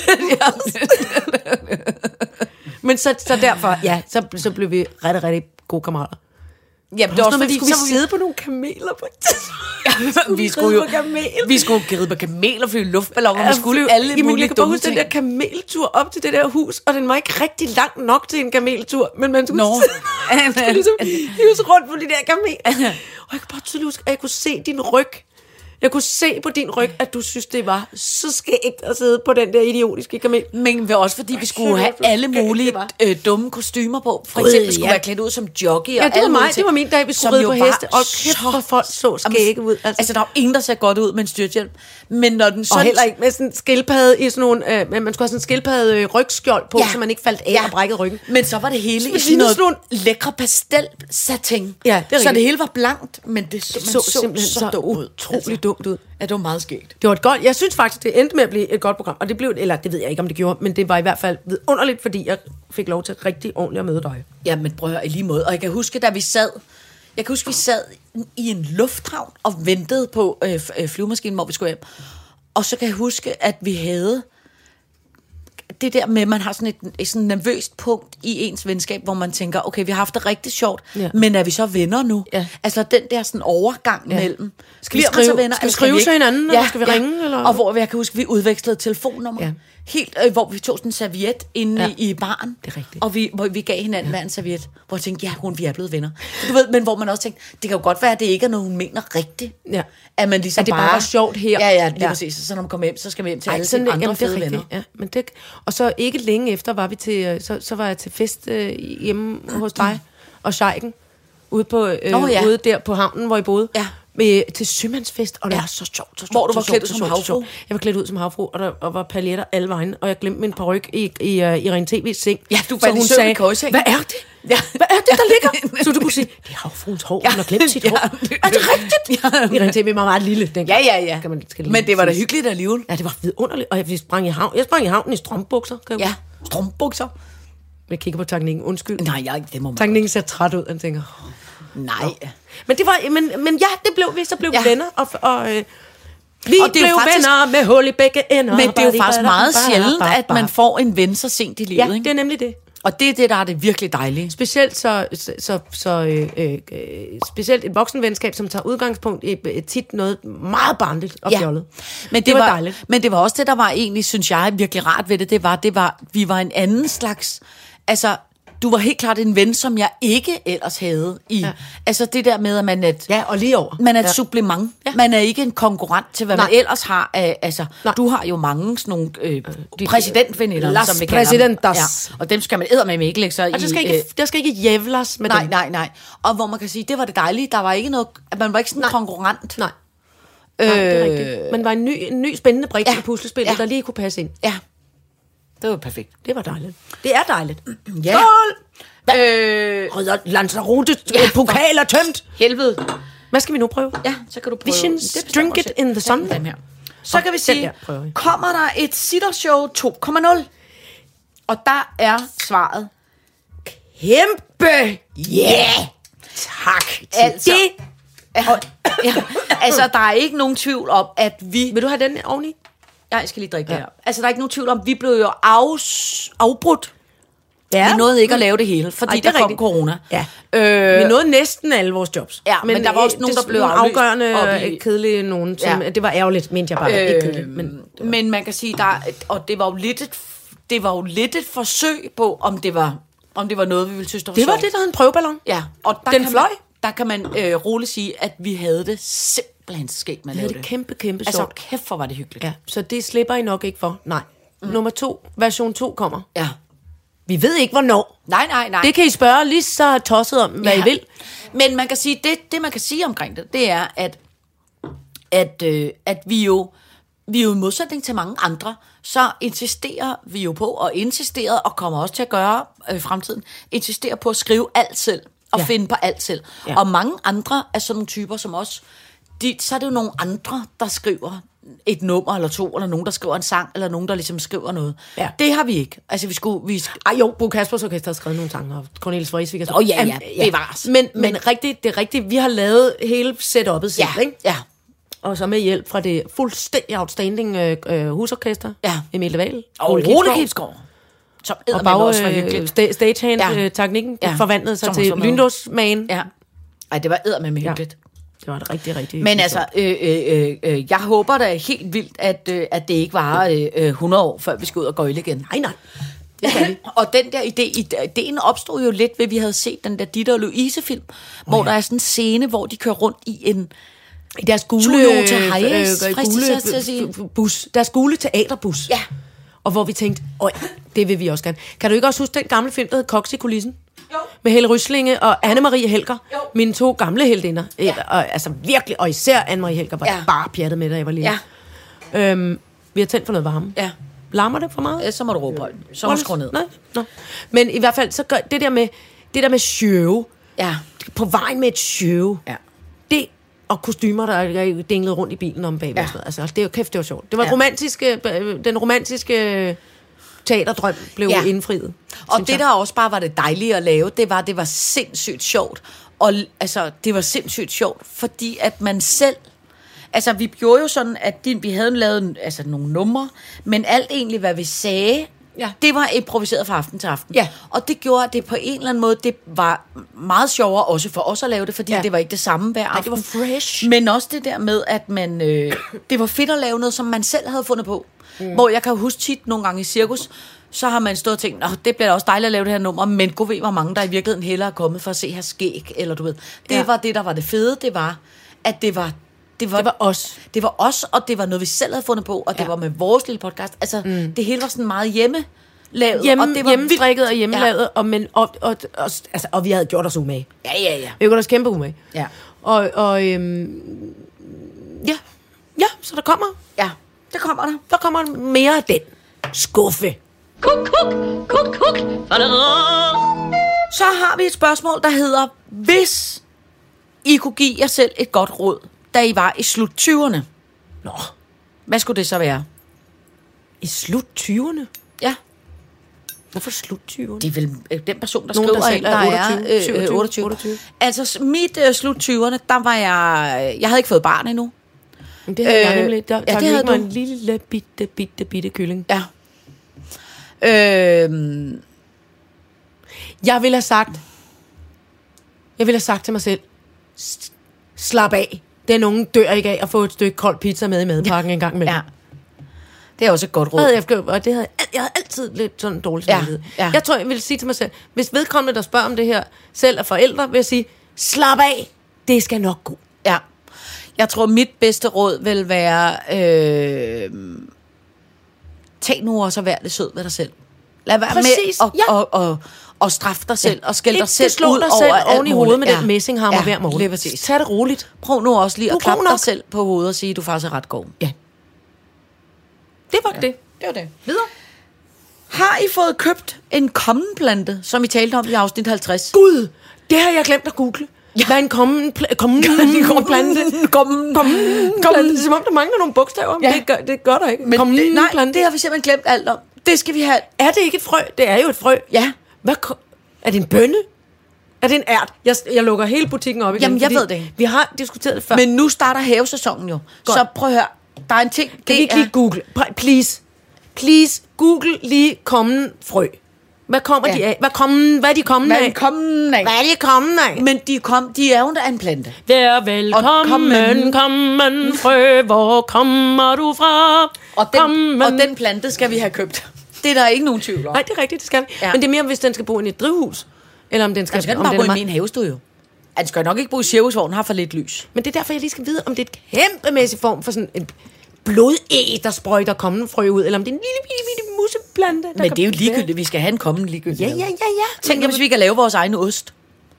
Men så, så derfor, ja, så, så blev vi rigtig, rigtig gode kammerater. Ja, det var også fordi, skulle vi sidde på nogle kameler på ja, vi skulle jo vi skulle ride på kameler, flyve luftballoner, ja, vi skulle jo alle jamen, mulige dumme ting. Den der kameltur op til det der hus, og den var ikke rigtig langt nok til en kameltur, men man skulle, no. skulle ligesom hives rundt på de der kameler. Og jeg kan bare tydeligt huske, at jeg kunne se din ryg. Jeg kunne se på din ryg, at du synes, det var så skægt at sidde på den der idiotiske kamel. Men også fordi vi skulle have alle mulige øh, dumme kostymer på. For eksempel skulle ja. Være klædt ud som jockey. Ja, det var mig. Det var min dag, vi skulle ride på heste. Og kæft, hvor folk så skægge ud. Altså. altså, der var ingen, der ser godt ud med en styrthjelm. Men når den sådan... Og heller ikke med sådan en skildpadde i sådan nogle... Øh, man skulle have sådan en skildpadde øh, rygskjold på, ja. Så man ikke faldt af ja. Og brækkede ryggen. Men så var det hele så i sådan noget, sådan nogle lækre pastel-satin. Ja, det er så det hele var blankt, men det så, så, så simpelthen så, så utroligt dumt ud. Ja, det var meget skægt. Det var et godt, jeg synes faktisk, det endte med at blive et godt program, og det blev, eller det ved jeg ikke, om det gjorde, men det var i hvert fald vidunderligt, fordi jeg fik lov til rigtig ordentligt at møde dig. Ja, men prøv at høre, i lige måde. Og jeg kan huske, da vi sad, jeg kan huske, vi sad i en lufthavn og ventede på øh, flyvemaskinen, hvor vi skulle hjem. Og så kan jeg huske, at vi havde det der med, at man har sådan et, et sådan nervøst punkt i ens venskab, hvor man tænker, okay, vi har haft det rigtig sjovt, ja. Men er vi så venner nu? Ja. Altså den der sådan overgang ja. Mellem. Skal vi skrive, venner, skal vi skrive til hinanden, eller ja, skal vi ringe? Ja. Eller? Og hvor jeg kan huske, vi udvekslede telefonnummer. Ja. helt, øh, hvor vi tog sådan en serviet inde Ja. i, i baren. Det er rigtigt. Og vi, hvor vi gav hinanden hver en serviet, hvor jeg tænkte, ja, hun, vi er blevet venner. Du ved, men hvor man også tænkte, det kan jo godt være, at det ikke er noget, hun mener rigtigt. Ja. At man ligesom At det bare var sjovt her. Ja, ja, lige Ja. præcis. Så når man kommer hjem, så skal man hjem til Ej, alle sådan, sine andre jamen, det er fede rigtigt. venner. Ja, men det, og så ikke længe efter var vi til, øh, så, så var jeg til fest øh, hjemme hos dig og Scheiken, ude, på, øh, Nå, ja. ude der på havnen, hvor I boede. Ja. Med, til sømandsfest, og det Ja. var så sjovt, så sjovt. Hvor du var så klædt sjovt, ud så som sjovt, så havfru. sjovt. Jeg var klædt ud som havfru, og der og var paljetter alle vejen, og jeg glemte min paryk i, i, uh, i Ren T V's seng. Ja, du så faldt i hun søvn i sagde, køjesengen. hvad er det? Ja. Hvad er det, der ligger? Så du kunne sige, det er havfruens hår, hun har glemt sit Ja. hår. Er det rigtigt? Ja. I Ren T V var meget lille dengang. Ja, ja, ja. Kan man, skal lige Men det var da sige. hyggeligt alligevel. Ja, det var vidunderligt, og jeg sprang i havn. Jeg sprang i havnen i strømbukser. Kan jeg Ja, strumpbukser. Jeg kigger på Takningen. Undskyld. Nej, jeg, det må man. Takningen ser træt ud, og jeg tænker... Nej. Men det var, men, men ja, det blev vi. Så blev Ja. vi venner, og, og øh, vi Og det er blev jo faktisk- venner med hul i begge ender. Men det er jo faktisk meget Bare- sjældent, bare- at man bare- får en ven så sent i livet, Ja, ikke? det er nemlig det. Og det er det, der er det virkelig dejlige. Specielt så, så, så, så øh, øh, specielt et voksenvenskab, som tager udgangspunkt i øh, tit noget meget barnligt og fjollet. Men det, Det var var, dejligt. Men det var også det, der var egentlig, synes jeg, virkelig rart ved det. Det var, det var, vi var en anden slags... Altså, du var helt klart en ven, som jeg ikke ellers havde i... Ja. Altså det der med, at man er et, Ja, og lige over. man er et Ja. supplement. Ja. Ja. Man er ikke en konkurrent til, hvad Nej. man ellers har. Af, altså, Nej. du har jo mange sådan nogle øh, præsidentveninder, Las som vi kalder dem. presidentas. Ja. Og dem skal man eddermame ikke lægge sig Og der i... skal ikke, øh, der skal ikke jævles med nej, dem. nej, nej. Og hvor man kan sige, det var det dejlige. Der var ikke noget... At man var ikke sådan en konkurrent. Nej. Nej, det er rigtigt. Man var en ny, en ny spændende brik Ja. i puslespillet, Ja. der lige kunne passe ind. Ja. Det var perfekt. Det var dejligt. Det er dejligt. Ja. Skål! Øh, Rødder Lanzarote, Ja. pokal er tømt. helvede. Hvad skal vi nu prøve? Ja, så kan du prøve. Visions, Det bestemmer drink it selv. in the sun. Tag den her. Så kan vi den sige, der prøver vi. kommer der et sittershow to punkt nul? Og der er svaret Kæmpe! yeah! Tak. Altså, Det. og, ja, altså, der er ikke nogen tvivl om, at vi... Vil du have den oveni? Ja, jeg skal lige drikke Ja. det her. Altså, der er ikke nogen tvivl om, vi blev jo afs, afbrudt. Ja. Vi nåede ikke at lave det hele, fordi Ej, Ej, det er der kom rigtigt. corona. Ja. Øh, Vi nåede næsten alle vores jobs. Ja, men der var også øh, nogen, det- der blev nogle aflyst afgørende op i- øh, kedelige nogen. Som, Ja. Det var ærgerligt, mente jeg bare. Øh, ikke kedeligt, men men man kan sige, der, og det var jo lidt et, det var jo lidt et forsøg på, om det var, om det var noget, vi ville synes, der var det var sjovt. det, der hed en prøveballon. Ja, og der Den kan fløj. Man, der kan man øh, roligt sige, at vi havde det simpelthen skægt med at Det lave havde det. det kæmpe, kæmpe Altså, sjovt. kæft, hvor var det hyggeligt. Ja, så det slipper I nok ikke for. Nej. Mm. Nummer to, version to kommer. Ja. Vi ved ikke, hvornår. Nej, nej, nej. Det kan I spørge lige så tosset om, hvad Ja. I vil. Men man kan sige, det, det man kan sige omkring det, det er, at, at, øh, at vi jo, vi er jo i modsætning til mange andre, så insisterer vi jo på, og insisterer, og kommer også til at gøre øh, i fremtiden, insisterer på at skrive alt selv, og Ja. ja. finde på alt selv. Ja. Ja. Og mange andre er sådan nogle typer som os, de, så er det jo nogle andre, der skriver et nummer eller to, eller nogen, der skriver en sang, eller nogen, der ligesom skriver noget. Ja. Det har vi ikke. Altså, vi skulle... Vi sk- Ej jo, Bo Kaspers Orkester har skrevet nogle sange, og Cornelis Vreeswijk. Åh, ja, ja, det var os. Men, men, men rigtigt, det er rigtigt, vi har lavet hele setup'et selv, ja, ikke? ja. Og så med hjælp fra det fuldstændig outstanding øh, øh, husorkester. Ja. Emil Leval. Og Ole Ole Kibsgaard. Kibsgaard, som Og eddermame bag, også var øh, hyggeligt. sta- stagehand-teknikken Ja. ja. forvandlede sig Som til sådan noget. lynlåsmagen. Ja. Ej, det var eddermame Ja. hyggeligt. Det var det rigtig, rigtig Men altså, øh, øh, øh, jeg håber da helt vildt, at, øh, at det ikke varer øh, hundrede år, før vi skal ud og gøjle igen. Nej, nej. Det skal vi. Og den der idé, ideen opstod jo lidt ved, at vi havde set den der Ditte og Louise-film, oh, hvor ja. der er sådan en scene, hvor de kører rundt i en... I deres gule, Toyota Hiace, øh, fristes jeg til at sige. gule bus. Deres gule teaterbus. Ja. Og hvor vi tænkte, øj, det vil vi også gerne. Kan du ikke også huske den gamle film, der hed Koks i kulissen? Jo. Med Helle Ryslinge og Anne-Marie Helger. Jo. Mine to gamle heldinder. Ja. Og, altså virkelig, og især Anne-Marie Helger var Ja. ja. bare pjattet med, da jeg var lille. Ja. Øhm, vi har tændt for noget varme. Ja. Larmer det for meget? Ja, så må du råbe højt. Så må du skrue ned. Nej, nej. Men i hvert fald, så gør det der med, det der med show, Ja. på vejen med et show, Ja. det, og kostymer, der dinglede rundt i bilen om bagved. Ja. Ja. Altså, det var kæft, det var sjovt. Det var Ja. romantiske, den romantiske teaterdrøm blev Ja. ja. indfriet. Og synes det, jeg. der også bare var det dejlige at lave, det var, det var sindssygt sjovt. Og altså, det var sindssygt sjovt, fordi at man selv... Altså, vi gjorde jo sådan, at din, vi havde lavet altså, nogle numre, men alt egentlig, hvad vi sagde, Ja. Det var improviseret fra aften til aften. Ja. Og det gjorde, at det på en eller anden måde, det var meget sjovere også for os at lave det, fordi Ja. det var ikke det samme hver aften. det var fresh. Men også det der med, at man, øh, det var fedt at lave noget, som man selv havde fundet på. Mm. Hvor jeg kan huske tit nogle gange i cirkus, så har man stået og tænkt, det bliver da også dejligt at lave det her nummer, men god ved, hvor mange der i virkeligheden hellere er kommet for at se her skæg, eller du ved. Det Ja. var det, der var det fede, det var, at det var Det var, Det var os. Det var os, og det var noget, vi selv havde fundet på, og det Ja. var med vores lille podcast. Altså, mm. det hele var sådan meget hjemmelavet. Hjemme, og det var hjemmestrikket og vildt. hjemmelavet, ja. og, men, og, og, og, altså, og vi havde gjort os umage. Ja, ja, ja. Vi gjorde os kæmpe umage. Ja. Og, og øhm, ja. ja, så der kommer, Ja, det kommer der. der kommer mere af den skuffe. Kuk, kuk, kuk, kuk. Så har vi et spørgsmål, der hedder, hvis I kunne give jer selv et godt råd, da I var i slut tyverne, Nå, hvad skulle det så være? i slut tyverne? Ja, Hvorfor slut tyverne? det er vel øh, den person, der Nogen, skriver, der ind, selv der er er otteogtyve, øh, syvogtyve, otteogtyve. otteogtyve. Altså, s- mit øh, slut tyverne, der var jeg... Jeg havde ikke fået barn endnu. Men det havde øh, jeg Øh, nemlig. Der, ja, der det det havde mig du. en lille bitte, bitte, bitte kylling. Ja. Øh, Jeg ville have sagt, jeg ville have sagt til mig selv, "S- slap af. Den unge dør ikke af at få et stykke kold pizza med i madpakken en gang imellem. ja. Det er også et godt råd. Det havde jeg gjort, og det havde jeg, jeg havde altid lidt sådan dårligt Ja, samvittighed. ja. Jeg tror, jeg ville sige til mig selv, hvis vedkommende, der spørger om det her, selv er forældre, vil jeg sige, slap af, det skal nok gå. Ja. Jeg tror, mit bedste råd vil være, øh, tag nu også og vær lidt sød ved dig selv. Lad være Præcis, med at ja. og, og, og straffe dig selv, og skælde dig Ikke selv slå ud dig over selv alt oven i muligt. hovedet med Ja. den messinghammer Ja, hver morgen. lige præcis. Tag det roligt. Prøv nu også lige Du at er god klappe dig nok. selv på hovedet og sige, at du faktisk er ret god. Ja. Det var ja. det. Det var det. Videre. Har I fået købt en kommenplante, som I talte om i afsnit halvtreds? Gud, det har jeg glemt at google. Ja. Hvad er en kommen pl- kommen plante? Kommen, Kommen plante. Som om der mangler nogle bogstaver, men Ja. det, gør, det gør der ikke. Men kommen det, nej, plante. det har vi simpelthen glemt alt om. Det skal vi have. Er det ikke et frø? Det er jo et frø. Ja. Hvad ko- er det en bønne? Er det en ært? Jeg, jeg lukker hele butikken op igen. Jamen, jeg fordi ved det ikke. Vi har diskuteret det før. Men nu starter havesæsonen jo. Godt. Så prøv at høre. Der er en ting. kan vi ikke lige google? Pr- Please. Please, google lige kommen frø. Hvad kommer Ja. de af? Hvad, kommen, hvad er de kommende Hvad af? er kommen af? Hvad er de kommende af? Men de, kom, de er jo af en plante. Vær velkommen, kommen. kommen frø, hvor kommer du fra? Og den, kommen. og den plante skal vi have købt. Det er der ikke nogen tvivl om. Nej, det er rigtigt, det skal vi. Ja. Men det er mere, hvis den skal bo i et drivhus. Eller om den skal, Den skal den om bare den gå er i meget- min havestue jo. Den skal nok ikke bo i cirkusvognen, har for lidt lys. Men det er derfor, jeg lige skal vide, om det er et kæmpemæssig form for sådan en blodæg, der sprøjter kommen frø ud, eller om det er en lille, lille, lille musseplante. Der Men kan det er jo være- ligegyldigt, vi skal have en kommen ligegyldigt. Ja, ja, ja, ja. Tænk, hvis vi kan lave vores egen ost.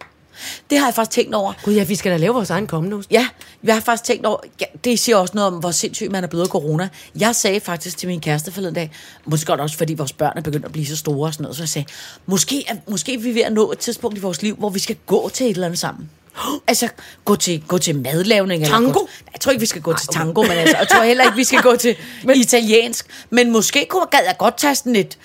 Det har jeg faktisk tænkt over. Gud, ja, vi skal da lave vores egen kommenost. Ja, jeg har faktisk tænkt over, ja, det siger også noget om, hvor sindssygt man er blevet af corona. Jeg sagde faktisk til min kæreste forleden dag, måske godt også, fordi vores børn er begyndt at blive så store og sådan noget, så jeg sagde, måske er, måske er vi ved at nå et tidspunkt i vores liv, hvor vi skal gå til et eller andet sammen. Altså, gå til, gå til madlavning. Eller Tango? gå, jeg tror ikke, vi skal gå til tango, men altså, jeg tror heller ikke, vi skal gå til italiensk. Men måske kunne, gad jeg godt tage sådan et,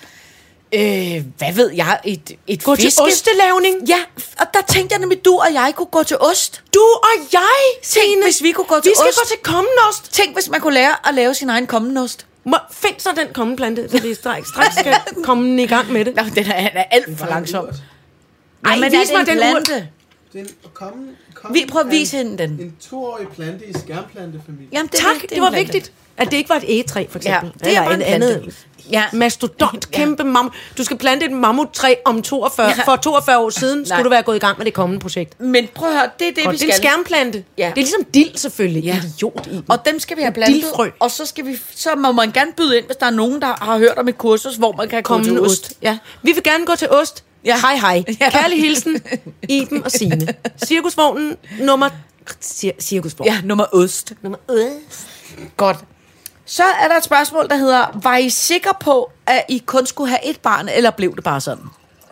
øh, hvad ved jeg, et, et Gå til fiske. ostelavning. Ja, og der tænkte jeg nemlig, du og jeg kunne gå til ost. Du og jeg, Signe. hvis vi kunne gå til Vi skal ost. gå til kommenost. Tænk, hvis man kunne lære at lave sin egen kommenost. Må, find så den kommenplante, så det straks, straks skal komme i gang med det. Nå, den er, den er alt for langsom. Ej, Jamen, vis er mig det en den ur. plante? Den komme, komme Vi prøver at vise hende den. En toårig plante i skærmplantefamilien. Jamen, det, Tak, det, det, det var er en plante. vigtigt, at det ikke var et egetræ, for eksempel. Ja, det er Eller bare en en plante. andet Ja. mastodont, Ja. kæmpe mammut. Du skal plante et mammuttræ om toogfyrre. Ja. For toogfyrre år siden skulle Nej. du være gået i gang med det kommende projekt. Men prøv at høre, det er det, Og vi det er skal. en skærmplante. Ja. Det er ligesom dild, selvfølgelig. Ja. Idiot i den. Og dem skal vi have En plantet. dildfrø. Og så, skal vi, så må man gerne byde ind, hvis der er nogen, der har hørt om et kursus, hvor man kan gå kommende til ost. ost. Ja. Vi vil gerne gå til ost. Ja. Hej, hej. Ja. Kærlig hilsen, Iben og Signe. Cirkusvognen nummer... Cir- cirkusvogn. Ja, nummer ost. Nummer ost. Godt. Så er der et spørgsmål, der hedder, var I sikre på, at I kun skulle have et barn, eller blev det bare sådan?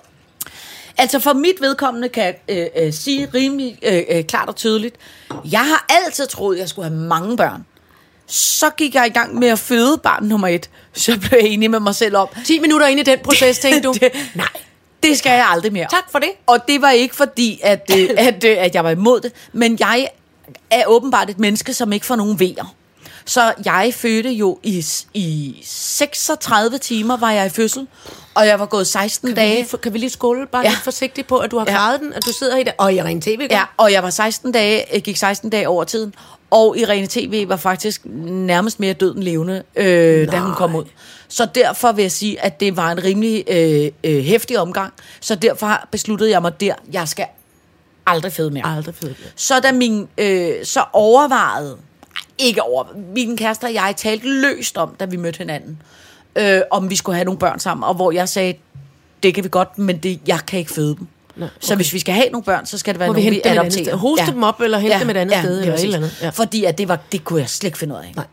Altså for mit vedkommende kan jeg øh, øh, sige rimelig øh, øh, klart og tydeligt, jeg har altid troet, at jeg skulle have mange børn. Så gik jeg i gang med at føde barn nummer et. Så blev jeg enig med mig selv om, ti minutter inde i den proces, tænkte du. det, nej, det skal jeg aldrig mere. Tak for det. Og det var ikke fordi, at, øh, at, øh, at jeg var imod det, men jeg er åbenbart et menneske, som ikke får nogen vejer. Så jeg fødte jo i, i seksogtredive timer, var jeg i fødsel, og jeg var gået seksten Kan dage. vi, lige, kan vi lige skåle bare Ja. lidt forsigtigt på, at du har Ja. klaret den, at du sidder i det, og i ren tv. Ja, og jeg var seksten dage, jeg gik seksten dage over tiden, og Irene T V var faktisk nærmest mere død end levende, øh, da hun kom ud. Så derfor vil jeg sige, at det var en rimelig øh, øh, heftig omgang, så derfor besluttede jeg mig der, jeg skal aldrig føde mere. Aldrig fedt. Så da min, øh, så overvejede, ikke over, min kæreste og jeg talte løst om, da vi mødte hinanden, øh, om vi skulle have nogle børn sammen, og hvor jeg sagde, det kan vi godt, men det, jeg kan ikke føde dem. Nå, okay. Så hvis vi skal have nogle børn, så skal det være Må vi nogle, vi hente dem et andet adopterer. sted? Hoste dem op, eller hente dem et andet sted, lige eller et præcis. eller andet? Ja. Fordi at det, var, det kunne jeg slet ikke finde ud af. Nej.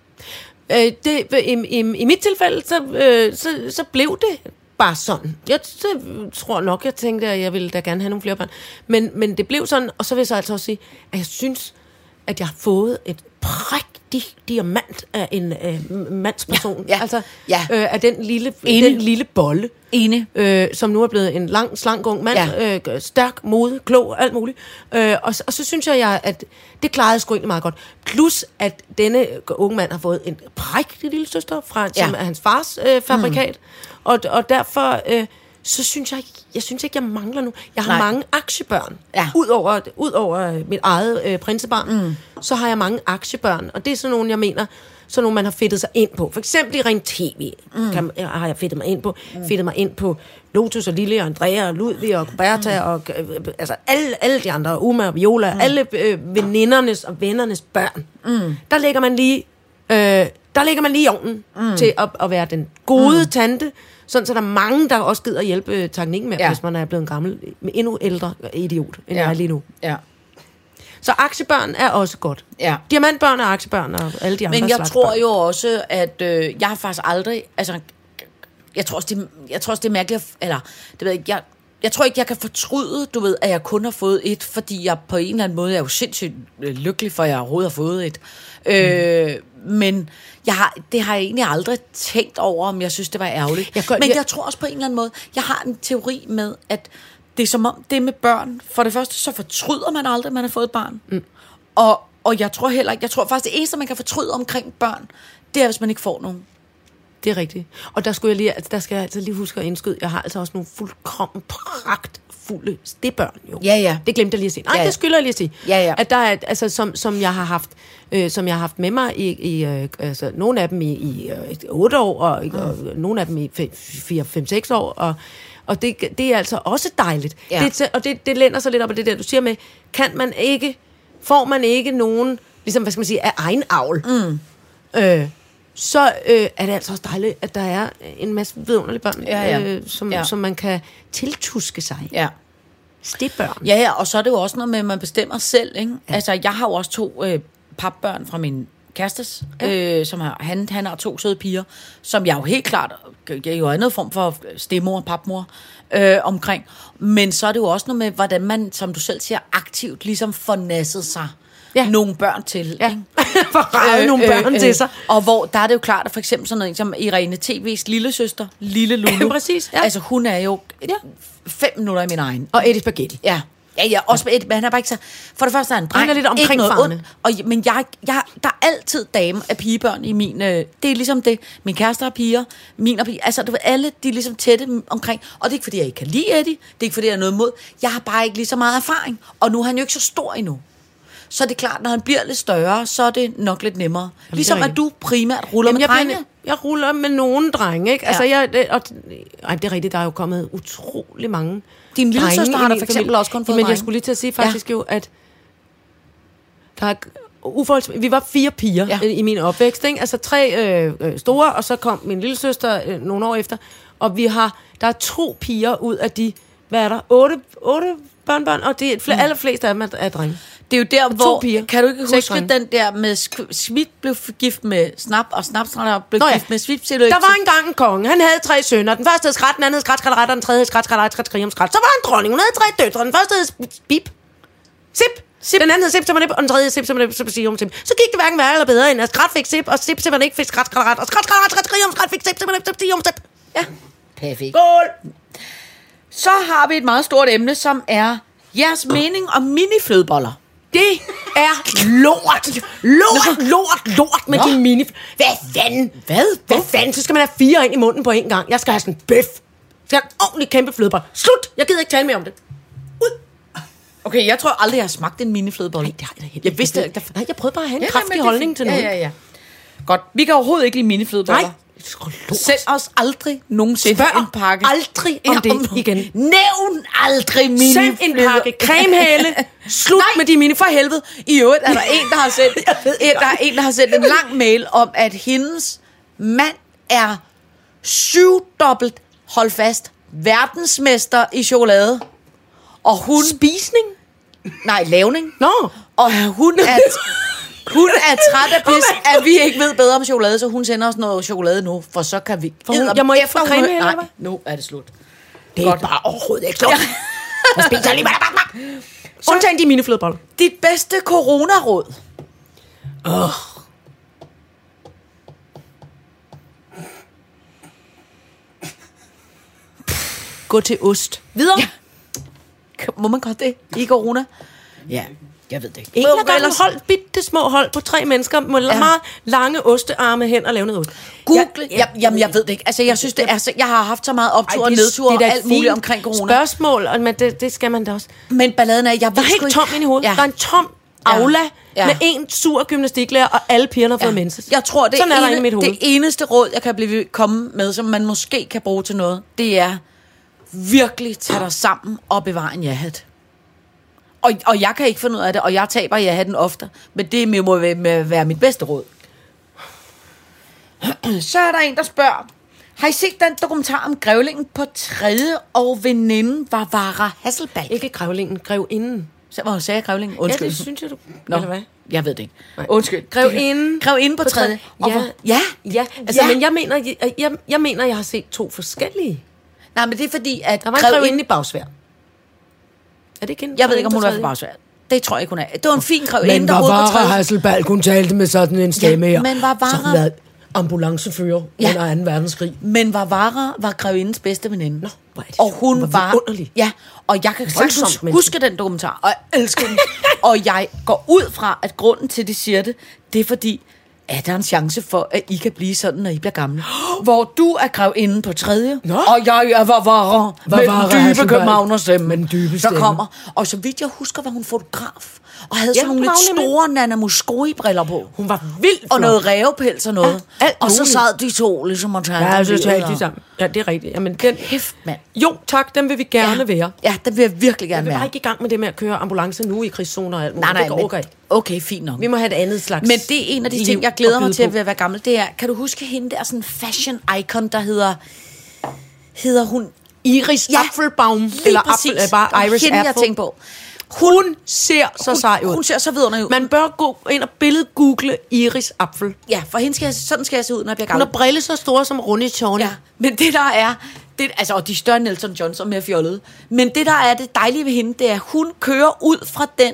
Øh, det, i, i, I mit tilfælde, så, øh, så, så blev det bare sådan. Jeg så, tror nok, jeg tænkte, at jeg ville da gerne have nogle flere børn. Men, men det blev sådan, og så vil jeg så altså også sige, at jeg synes, at jeg har fået et prægtig diamant af en øh, mandsperson. Ja, ja, altså, ja. Øh, af den lille, Enig. den lille bolle. Enig. Øh, som nu er blevet en lang, slank ung mand, Ja. øh, stærk, modig, klog, alt muligt. Øh, og, og så synes jeg, jeg, at det klarede jeg sgu egentlig meget godt. Plus, at denne unge mand har fået en prægtig lille søster, fra, som Ja. er hans fars øh, fabrikat. Mm. Og, og derfor, øh, så synes jeg, jeg synes ikke, jeg mangler nu. Jeg har Nej. mange aktiebørn. Ja. Udover, udover mit eget øh, prinsebarn, mm. så har jeg mange aktiebørn. Og det er sådan nogle, jeg mener, sådan nogle, man har fedtet sig ind på. For eksempel i Ring T V mm. kan, har jeg fedtet mig ind på. Mm. Fedtet mig ind på Lotus og Lille og Andrea og Ludvig og Roberta mm. og øh, altså alle, alle de andre, Uma og Viola, mm. alle øh, venindernes og vennernes børn. Mm. Der lægger man lige, øh, der lægger man lige i ovnen mm. til at, at være den gode mm. tante. Sådan, så der er mange, der også gider at hjælpe teknikken med, ja. hvis man er blevet en gammel, endnu ældre idiot, end ja. jeg er lige nu. Ja. Så aktiebørn er også godt. Ja. Diamantbørn er aktiebørn og alle de andre Men jeg slags tror børn. jo også, at øh, jeg har faktisk aldrig, altså, jeg tror også, det, jeg tror også, det er mærkeligt, eller, det ved jeg ikke, jeg, jeg tror ikke, jeg kan fortryde, du ved, at jeg kun har fået et, fordi jeg på en eller anden måde er jo sindssygt lykkelig, for jeg overhovedet har fået et. Mm. Øh, men jeg har, det har jeg egentlig aldrig tænkt over, om jeg synes, det var ærgerligt. Jeg gør- men jeg- jeg tror også på en eller anden måde, jeg har en teori med, at det er som om, det med børn, for det første, så fortryder man aldrig, at man har fået et barn. Mm. Og, og jeg tror heller ikke, jeg tror faktisk, det eneste, man kan fortryde omkring børn, det er, hvis man ikke får nogen. Det er rigtigt. Og der skulle jeg lige, altså, der skal jeg altså lige huske at indskyde, jeg har altså også nogle fuldkommen pragtfulde stedbørn, jo. Ja, ja. Det glemte jeg lige at sige. Nej, Ja, ja. det skylder jeg lige at sige. Ja, ja. At der er, altså, som, som jeg har haft, øh, som jeg har haft med mig i, i øh, altså, nogle af dem i, i øh, otte år, og, mm. og nogle af dem i fire, fem, seks år, og Og det, det er altså også dejligt. Ja. Det, og det, det lænder sig lidt op af det der, du siger med, kan man ikke, får man ikke nogen, ligesom, hvad skal man sige, af egen avl, mm. øh, så øh, er det altså også dejligt, at der er en masse vidunderlige børn, Ja, ja. Øh, som, Ja. som man kan tiltuske sig. Ja. Stedbørn. Ja, ja, og så er det jo også noget med, at man bestemmer selv, ikke? Ja. Altså, jeg har jo også to øh, papbørn fra min kærestes, ja. øh, som har, han, han har to søde piger, som jeg jo helt klart, jeg er jo andet form for stemmor og papmor øh, omkring, men så er det jo også noget med, hvordan man, som du selv siger, aktivt ligesom får nasset sig ja. nogle børn til, Ja. ikke? Forrejet øh, nogle børn øh, til sig. Og hvor, der er det jo klart, at for eksempel sådan noget som Irene T V's lille søster, lille Lulu. Præcis, ja. Altså, hun er jo Ja. fem minutter i min egen. Og Eddie Spaghetti. Ja. Ja, ja, også med Eddie, men han er bare ikke så... For det første er han en dreng, Han er lidt ikke omkring noget farne. ondt, og, men jeg, jeg, der er altid dame af pigebørn i min... Øh, det er ligesom det. Min kæreste har piger, min og piger. Altså, du ved, alle, de er ligesom tætte omkring. Og det er ikke, fordi jeg ikke kan lide Eddie. Det er ikke, fordi jeg er noget imod. Jeg har bare ikke lige så meget erfaring. Og nu er han jo ikke så stor endnu. Så er det klart, når han bliver lidt større, så er det nok lidt nemmere. er Ligesom at rigtigt. du primært ruller Jamen, med jeg, drenge. bliver, jeg ruller med nogle drenge, ikke? Ja. Altså, jeg, det, og, ej, det er rigtigt, der er jo kommet utrolig mange Din lille drenge søster har ind da i for eksempel familien. også kun fået Men jeg drenge. skulle lige til at sige faktisk ja. jo, at der er uforholdsmæssigt, vi var fire piger Ja. ja. i min opvækst, ikke? Altså tre øh, øh, store, og så kom min lille søster øh, nogle år efter, og vi har, der er to piger ud af de, hvad er der, otte, otte børnebørn, og de mm. allerfleste af dem er, er drenge. Det er jo der, to hvor... piger. Kan du ikke Seks huske drenge. den der med... Sk- Svit blev gift med Snap, og Snapstrander blev Nå ja. gift med Svit. Der var engang en konge. Han havde tre sønner. Den første hed Skrat, den anden hed Skrat, Skrat, og den tredje hed Skrat, Skrat, Skrat, Skrat, Skrat. Så var han dronning. Hun havde tre døtre. Den første hed Bip. Sip. Sip. Den anden hed Sip, som og den tredje hed Sip, som Sip, som Sip. Så gik det hverken værre eller bedre, end at Skrat fik Sip, og Sip, som ikke fik Skrat, Skrat, og Skrat, Skrat, Skrat, Skrat, Skrat fik Sip, som Sip, Sip. Ja. Perfekt. Skål. Så har vi et meget stort emne, som er jeres mening om miniflødeboller. Det er lort. Lort, lort, lort med din mini... Hvad fanden? Hvad? Hvad fanden? Så skal man have fire ind i munden på en gang. Jeg skal have sådan en bøf. Jeg skal have en ordentlig kæmpe flødebolle. Slut! Jeg gider ikke tale mere om det. Ud! Okay, jeg tror aldrig, jeg har smagt en miniflødebolle. Nej, det har jeg da helt Jeg vidste ikke. ikke. Nej, jeg prøvede bare at have en Ja, kraftig men det er holdning fint. til noget. Ja, ja, ja. Godt. Vi kan overhovedet ikke lide miniflødeboller. Nej. Send os aldrig nogensinde Spørg en pakke. aldrig om det igen. Nævn aldrig miniflødeboller. Send en pakke cremehæle. Slut med de mini... For helvede. I øvrigt er der en, der har sendt, en, der er en, der har sendt en lang mail om, at hendes mand er syvdobbelt, hold fast, verdensmester i chokolade. Og hun... Spisning? Nej, lavning. Nå. Og hun er, hun er træt af pis, at vi ikke ved bedre om chokolade, så hun sender os noget chokolade nu, for så kan vi... For hun, jeg må ikke få Efter hun- creme, eller Nej, hvad? nu er det slut. Det er bare overhovedet ikke slut. Jeg spiser lige bare. Undtagen de mine flødeboller. Dit bedste coronaråd. Åh. Gå til ost. Videre. Ja. Må man godt det i corona? Ja, jeg ved det ikke. En Må- af gangen ellers- hold bitte små hold på tre mennesker med Ja. meget lange ostearme hen og lave noget ost. Google, ja, ja, jamen jeg ved det ikke. Altså jeg synes det er så, jeg har haft så meget optur og nedtur og da alt muligt fint omkring corona. spørgsmål, og men det, det skal man da også. Men balladen er, jeg Der ved er sgu helt ikke- tom ind i hovedet. Ja. Ja. Der er en tom Ja. aula Ja. med en sur gymnastiklærer, og alle pigerne har fået Ja. menses. Jeg tror, det, Sådan er der ene, inde i mit hoved. det eneste råd, jeg kan blive komme med, som man måske kan bruge til noget, det er virkelig tage dig sammen og bevare en ja-hat. Og, og jeg kan ikke finde ud af det, og jeg taber ja-hatten ofte, men det må være, være mit bedste råd. Så er der en, der spørger, har I set den dokumentar om grævlingen på tredje og veninden var Vara Hasselbalg? Ikke grævlingen, grev inden. Så hvor sagde jeg grævlingen? Ja, Undskyld. det synes jeg, du... Nå, Eller hvad? jeg ved det ikke. Nej. Undskyld. Grev inden. Grev inden på, på tredje. Og Ja. hvor- ja. Ja, altså, Ja. men jeg mener, jeg, jeg, jeg mener, jeg har set to forskellige. Nej, men det er fordi, at Der var en grev grevinde inden... i Bagsvær. Er det ikke en Jeg ved ikke, om hun er tredje? fra Bagsvær. Det tror jeg ikke, hun er. Det var en fin grev Men inden, der var boede på Vara tredje. Hasselbalg, hun talte med sådan en stemme Ja, her. men var Vara- Så hun været ambulancefører Ja. under anden verdenskrig. Men var Vara var grevindens bedste veninde. Nå, hvor er det og sjovt. hun Hvor var... vidunderlig. Ja, og jeg kan Voldsomt sagtens menneske. huske den dokumentar, og jeg elsker den. Og jeg går ud fra, at grunden til, at de siger det, det er fordi, er der en chance for, at I kan blive sådan, når I bliver gamle. Hvor du er grevinde på tredje, Nå. og jeg er Vara med Vara den dybe Hasselbalg. københavnerstemme, Med den dybe der stemme. kommer. Og så vidt jeg husker, var hun fotograf, og havde Ja, sådan nogle hun lidt var nemlig- store Nana Mouskouri-briller på. Hun var vildt Og flot. noget rævepels og noget. Ja, alt og så muligt. sad de to ligesom og talte. Ja, om så livet, talte og- de sammen. Ja, det er rigtigt. Jamen, den... Hæft, mand. Jo, tak, dem vil vi gerne ja. være. Ja, det vil jeg virkelig Jeg gerne vil bare være. ikke i gang med det med at køre ambulance nu i krigszoner og alt muligt. Nej, nej, det går men, ikke. okay, fint nok. Vi må have et andet slags Men det er en af de liv ting, jeg at glæder mig byde til på. at være gammel. Det er, kan du huske hende der sådan fashion icon, der hedder, hedder hun Iris Ja, Apfelbaum. lige Eller præcis. Apfel, er bare Det var Iris hende, jeg Apfel. tænkte på. Hun ser så sej ud. Hun ser så vidunderlig ud. Man bør gå ind og billedgoogle Iris Apfel. Ja, for hende skal jeg, sådan skal jeg se ud, når jeg bliver Hun gammel. har brille så store som runde tårne. Ja, men det der er, det, altså, og de større end Elton John, som er fjollede. Men det der er det dejlige ved hende, det er, at hun kører ud fra den,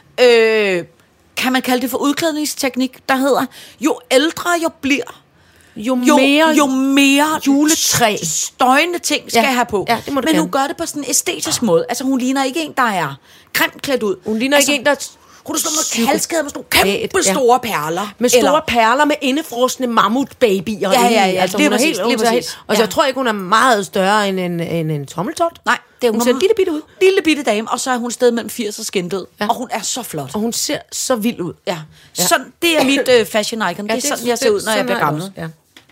øh, kan man kalde det for udklædningsteknik, der hedder, jo ældre jeg bliver, Jo, jo mere mere, jo mere juletræ. støjende ting skal Ja, jeg have på. ja, det må du Men gerne. hun gør det på sådan en æstetisk måde. Altså hun ligner ikke en, der er grimt klædt ud. Hun ligner altså, ikke en, der... Hun er sådan Psyko- noget halskæde med sådan nogle kæmpe Ja. store perler. Med store Eller- perler med indefrosne mammutbabyer. Ja, ja, ja, Altså, lige hun er præcis, helt, lige hun er helt, præcis. Og så Ja. jeg tror ikke, hun er meget større end en, end en tommeltot. Nej, det er Hun ser lille bitte ud. Lille bitte dame, og så er hun sted mellem firs og skindød. Ja. Ja. Og hun er så flot. Og hun ser så vild ud. Ja. Sådan, det er mit øh, fashion icon. Det er sådan, jeg ser ud, når jeg bliver gammel. Ja.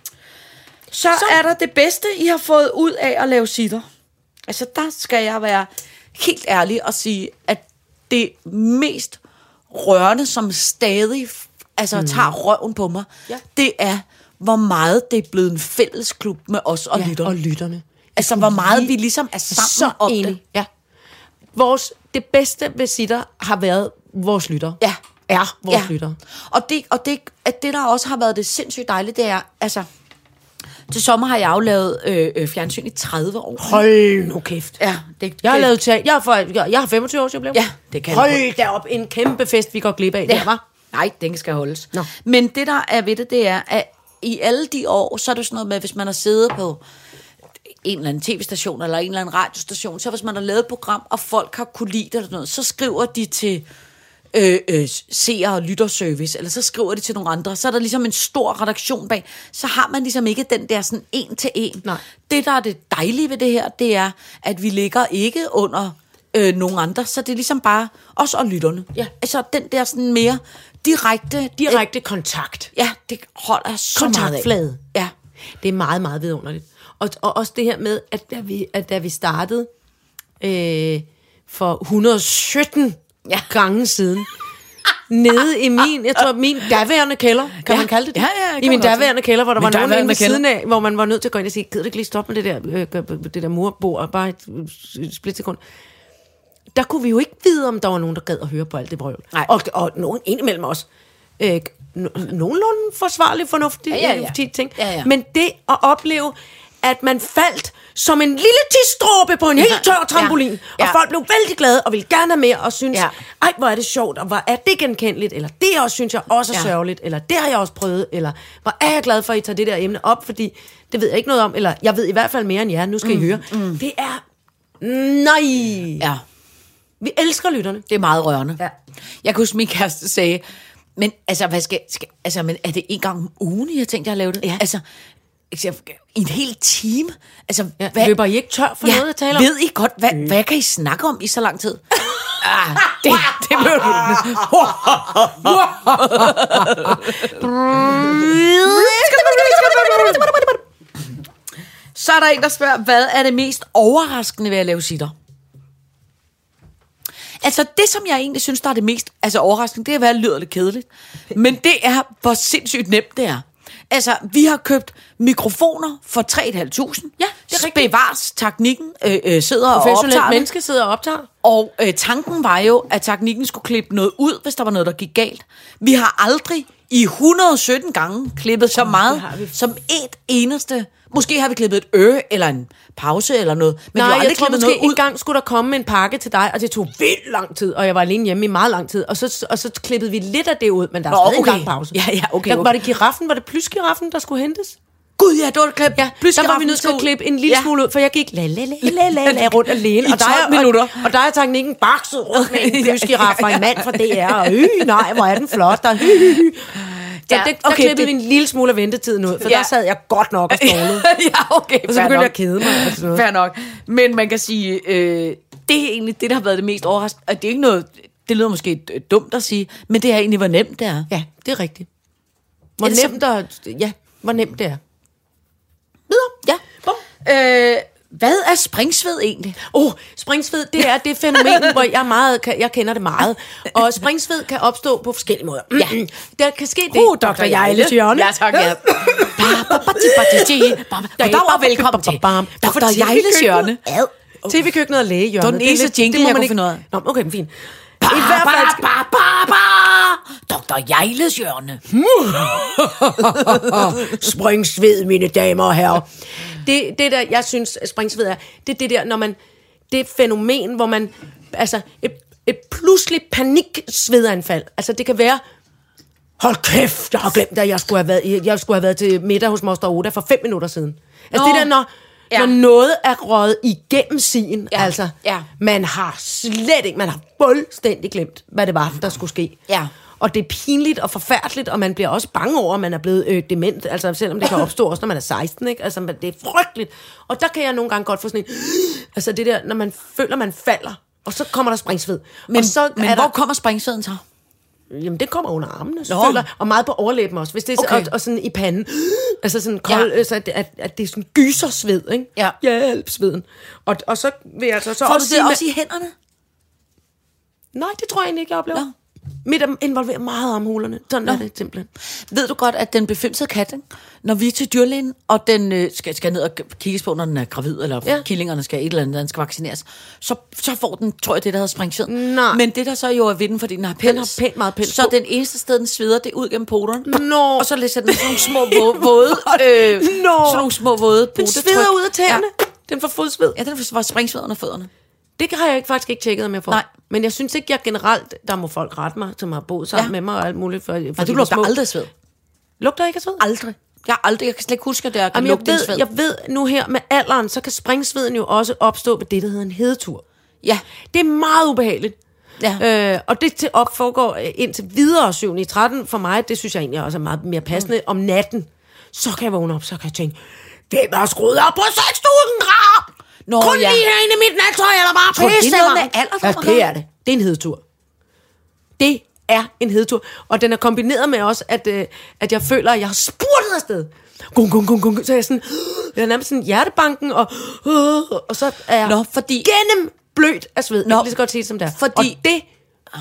Så, så er der det bedste, I har fået ud af at lave sitter. Altså, der skal jeg være helt ærlig og sige, at det mest rørende, som stadig altså, mm. tager røven på mig, Ja. det er, hvor meget det er blevet en fællesklub med os og Ja, lytterne. og lytterne. Altså, hvor meget vi ligesom er sammen Så om enig. det. Ja. Vores, det bedste ved sitter har været vores lytter. Ja. Er vores Ja. lytter. Og, det, og det, at det, der også har været det sindssygt dejligt, det er, altså, til sommer har jeg aflavet øh, øh, fjernsyn i tredive år. Hold nu kæft. Ja, det, Jeg har det, lavet teater. Jeg har, for, jeg, jeg har femogtyve års jubilæum. Ja, det kan jeg Hold da op. En kæmpe fest, vi går glip af. Ja. Der, var. Nej, den skal holdes. Nå. Men det, der er ved det, det er, at i alle de år, så er det sådan noget med, hvis man har siddet på en eller anden tv-station eller en eller anden radiostation, så hvis man har lavet et program, og folk har kunne lide det eller noget, så skriver de til øh, øh, seer- og lytterservice, eller så skriver de til nogle andre, så er der ligesom en stor redaktion bag, så har man ligesom ikke den der sådan en til en. Nej. Det, der er det dejlige ved det her, det er, at vi ligger ikke under øh, nogen andre, så det er ligesom bare os og lytterne. Ja. Altså den der sådan mere direkte... Direkte kontakt. Ja, det holder så meget af. Kontaktflade. Ja. Det er meget, meget vidunderligt. Og, og også det her med, at da vi, at da vi startede øh, for et hundrede og sytten ja. gange siden, nede i min, jeg tror, min daværende kælder, kan Ja. man kalde det det? Ja, ja, det I kan min man godt daværende kælder, hvor der Min var nogen daværende inde ved kælder. siden af, hvor man var nødt til at gå ind og sige, gider du ikke lige stoppe med det der, øh, det der murbord, bare et øh, splitsekund. Der kunne vi jo ikke vide, om der var nogen, der gad at høre på alt det brøvl. Nej. Og, og nogen indimellem også. Øh, no- nogenlunde forsvarlig, fornuftig Ja, ja, ja. ting. Ja, ja. Men det at opleve, at man faldt som en lille tidsdråbe på en helt tør trampolin, Ja. og Ja. folk blev vældig glade, og ville gerne have mere, og synes, Ja. ej, hvor er det sjovt, og hvor er det genkendeligt, eller det også synes jeg også er Ja. sørgeligt, eller det har jeg også prøvet, eller hvor er jeg glad for, at I tager det der emne op, fordi det ved jeg ikke noget om, eller jeg ved i hvert fald mere end jer, nu skal mm, I høre. Mm. Det er, nej, Ja. vi elsker lytterne. Det er meget rørende. Ja. Jeg kan huske, min kæreste sagde, men altså, hvad skal, skal altså, men er det en gang om ugen, jeg har tænkt, jeg har lavet det? Ja. Altså, altså, i en hel time? Altså, Ja, løber I ikke tør for ja, noget at tale om? ved I godt, hvad, hvad kan I snakke om i så lang tid? ah, det, det blev du. Så er der en, der spørger, hvad er det mest overraskende ved at lave sitter? Altså det, som jeg egentlig synes, der er det mest altså, overraskende, det er, hvad lyder lidt kedeligt. Men det er, hvor sindssygt nemt det er. Altså, vi har købt mikrofoner for tre tusind fem hundrede. Ja, det er rigtigt. Bevars teknikken øh, øh, sidder og Professionelt optager det. menneske sidder og optager. Og øh, tanken var jo, at teknikken skulle klippe noget ud, hvis der var noget, der gik galt. Vi har aldrig i et hundrede og sytten gange klippet så meget har vi. som et eneste. Måske har vi klippet et øre eller en pause eller noget. Men vi har Nej, aldrig jeg tror klippet måske noget ud. en gang skulle der komme en pakke til dig, og det tog vildt lang tid, og jeg var alene hjemme i meget lang tid, og så, og så klippede vi lidt af det ud, men der er Nå, stadig okay. en lang pause. Ja, ja, okay, Der, okay. var det giraffen, var det plysgiraffen, der skulle hentes? Gud, ja, det var et klip. Ja, der var vi nødt til at klippe en lille Ja. smule ud, for jeg gik la la la la la la rundt alene, I og der tolv er, minutter. og, og der er teknikken bakset rundt med en plysgiraf fra en mand fra D R, og øh, nej, hvor er den flot, der, øh, øh. Så Ja, det, der okay, klippede det- vi en lille smule af ventetiden ud, for Ja. der sad jeg godt nok og stålede. ja, okay. Og så begyndte jeg at kede mig. Altså noget. Fair nok. Men man kan sige, øh, det er egentlig det, der har været det mest overraskende. Og det er ikke noget, det lyder måske øh, dumt at sige, men det er egentlig, hvor nemt det er. Ja, det er rigtigt. Hvor Er det nemt, der, ja, hvor nemt det er. Videre. Ja. Bum. Øh, hvad er springsved egentlig? Åh, oh, springsved, det er det fænomen, hvor jeg, meget, kan- jeg kender det meget. Og springsved kan opstå på forskellige måder. Ja. Der kan ske det. Uh, doktor Hjejles hjørne. Ja, tak, ja. Goddag og velkommen til doktor Hjejles hjørne. T V-køkkenet og lægehjørnet. Det var den eneste lidt- jingle, må jeg man kunne ikke- finde ud af. Nå, okay, den er fin. I I hvert fald... ba, ba, ba. doktor Hjejles hjørne. Springsved, mine damer og herrer. Det, det der, jeg synes, springsved er, det er det der, når man, det er et fænomen, hvor man, altså, et, et pludselig paniksvedanfald. Altså, det kan være, hold kæft, jeg har glemt, at jeg skulle have været, jeg skulle have været til middag hos Moster Oda for fem minutter siden. Altså, Nå. det der, når, Ja. når noget er røget igennem sin, Ja. altså, Ja. man har slet ikke, man har fuldstændig glemt, hvad det var, der skulle ske. Ja. Og det er pinligt og forfærdeligt, og man bliver også bange over, at man er blevet øh, dement, altså selvom det kan opstå også, når man er seksten, ikke? Altså, det er frygteligt. Og der kan jeg nogle gange godt få sådan en, altså det der, når man føler, man falder, og så kommer der springsved. Men, og så men er hvor der, kommer springsveden så? jamen det kommer under armene, så Nå. føler, og meget på overlæben også, hvis det er Okay. okay. og, og sådan i panden, altså sådan kold, Ja. ja. altså, at, at, at det er sådan gyser sved, ikke? Ja. Hjælp sveden. Og, og så vil jeg altså så Får du også det sige, også i hænderne? nej, det tror jeg egentlig ikke, jeg oplever. Nå. Mit er involveret meget armhulerne. Sådan Nå. er det simpelthen. Ved du godt, at den befimsede kat, ikke? Når vi er til dyrlægen, og den øh, skal, skal ned og kigges på, når den er gravid, eller ja. Ja. killingerne skal et eller andet, den skal vaccineres, så, så får den, tror jeg, det, der hedder springsved. Nej. Men det, der så jo er ved den, fordi den har pels, har pænt meget pels så på. den eneste sted, den sveder, det er ud gennem poterne. Nå. Og så læser den sådan nogle små våde, våde øh, Nå. sådan nogle små våde Den potetryk. sveder ud af tæerne. Ja. Den får fodsved. Ja, den var springsved under fødderne. Det har jeg ikke, faktisk ikke tjekket, om jeg får. Nej. Men jeg synes ikke, jeg generelt... Der må folk rette mig, som har boet sammen Ja. med mig og alt muligt. For, for Nej, de du var lugter små. aldrig af sved. Lugter ikke af sved? Aldrig. Jeg har aldrig, jeg kan slet ikke huske, at jeg kan Jamen, jeg, lugte en ved, sved. jeg ved nu her med alderen, så kan springsveden jo også opstå ved det, der hedder en hedetur. Ja. Det er meget ubehageligt. Ja. Øh, og det til op foregår indtil videre syv ni tretten for mig, det synes jeg egentlig også er meget mere passende. Mm. Om natten, så kan jeg vågne op, så kan jeg tænke, hvem har skruet op på seks tusind grader? Nå, Kun ja. lige herinde i mit nattøj, eller bare Tror du, det er pisse noget med varmt? alderdom at Ja, det gøre? er det. Det er en hedetur. Det er en hedetur. Og den er kombineret med også, at, øh, at jeg føler, at jeg har spurtet afsted. Gung, gung, gung, gung. Så er jeg sådan, jeg er nærmest sådan hjertebanken, og, øh, og så er jeg Nå, fordi- gennem blødt af sved. Nå, Jeg kan lige så godt sige det, som det er. fordi- Og det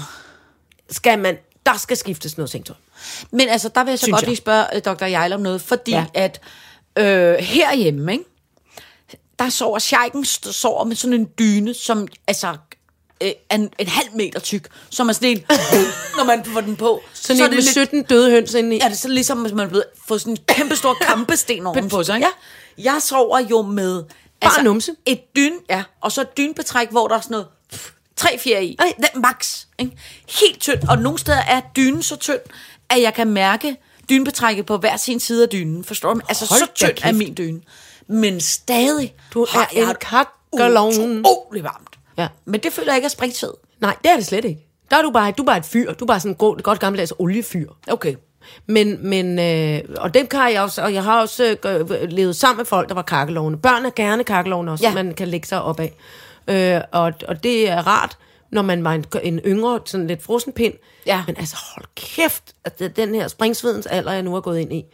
skal man, der skal skiftes noget sengtøj. Men altså, der vil jeg så Synes godt jeg. lige spørge uh, doktor Jejle om noget, fordi Ja. ja. at øh, herhjemme, ikke, der sover Scheiken st- sover med sådan en dyne, som altså øh, er en, en halv meter tyk, som er sådan en, når man får den på. Sådan så en med sytten døde høns inde i. Ja, det er så ligesom, hvis man er blevet fået sådan en kæmpe stor kampesten ovenpå sig, ikke? Ja. Jeg sover jo med Bare numse. et dyn, ja, og så et dynbetræk, hvor der er sådan noget pff, tre fjer i. Ej. Det, max. Ikke? Helt tynd. Og nogle steder er dynen så tynd, at jeg kan mærke dynbetrækket på hver sin side af dynen. Forstår du? Altså, Hold så da tynd er kæft. min dyne. Men stadig Du har er jeg en et kakkelovn. utroligt varmt. Ja. Men det føler jeg ikke er springsved. Nej, det er det slet ikke. Der er du bare, du er bare et fyr. Du er bare sådan en god, godt gammeldags oliefyr. Okay. Men, men øh, og dem kan jeg også, og jeg har også øh, levet sammen med folk, der var kakkelovne. Børn er gerne kakkelovne også, ja. Ja. Man kan lægge sig op af. Øh, og, og det er rart, når man var en, en yngre, sådan lidt frosenpind. Ja. Men altså, hold kæft, at det- den her springsvedens alder, jeg nu er gået ind i,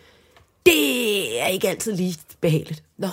det er ikke altid lige behageligt, Nå.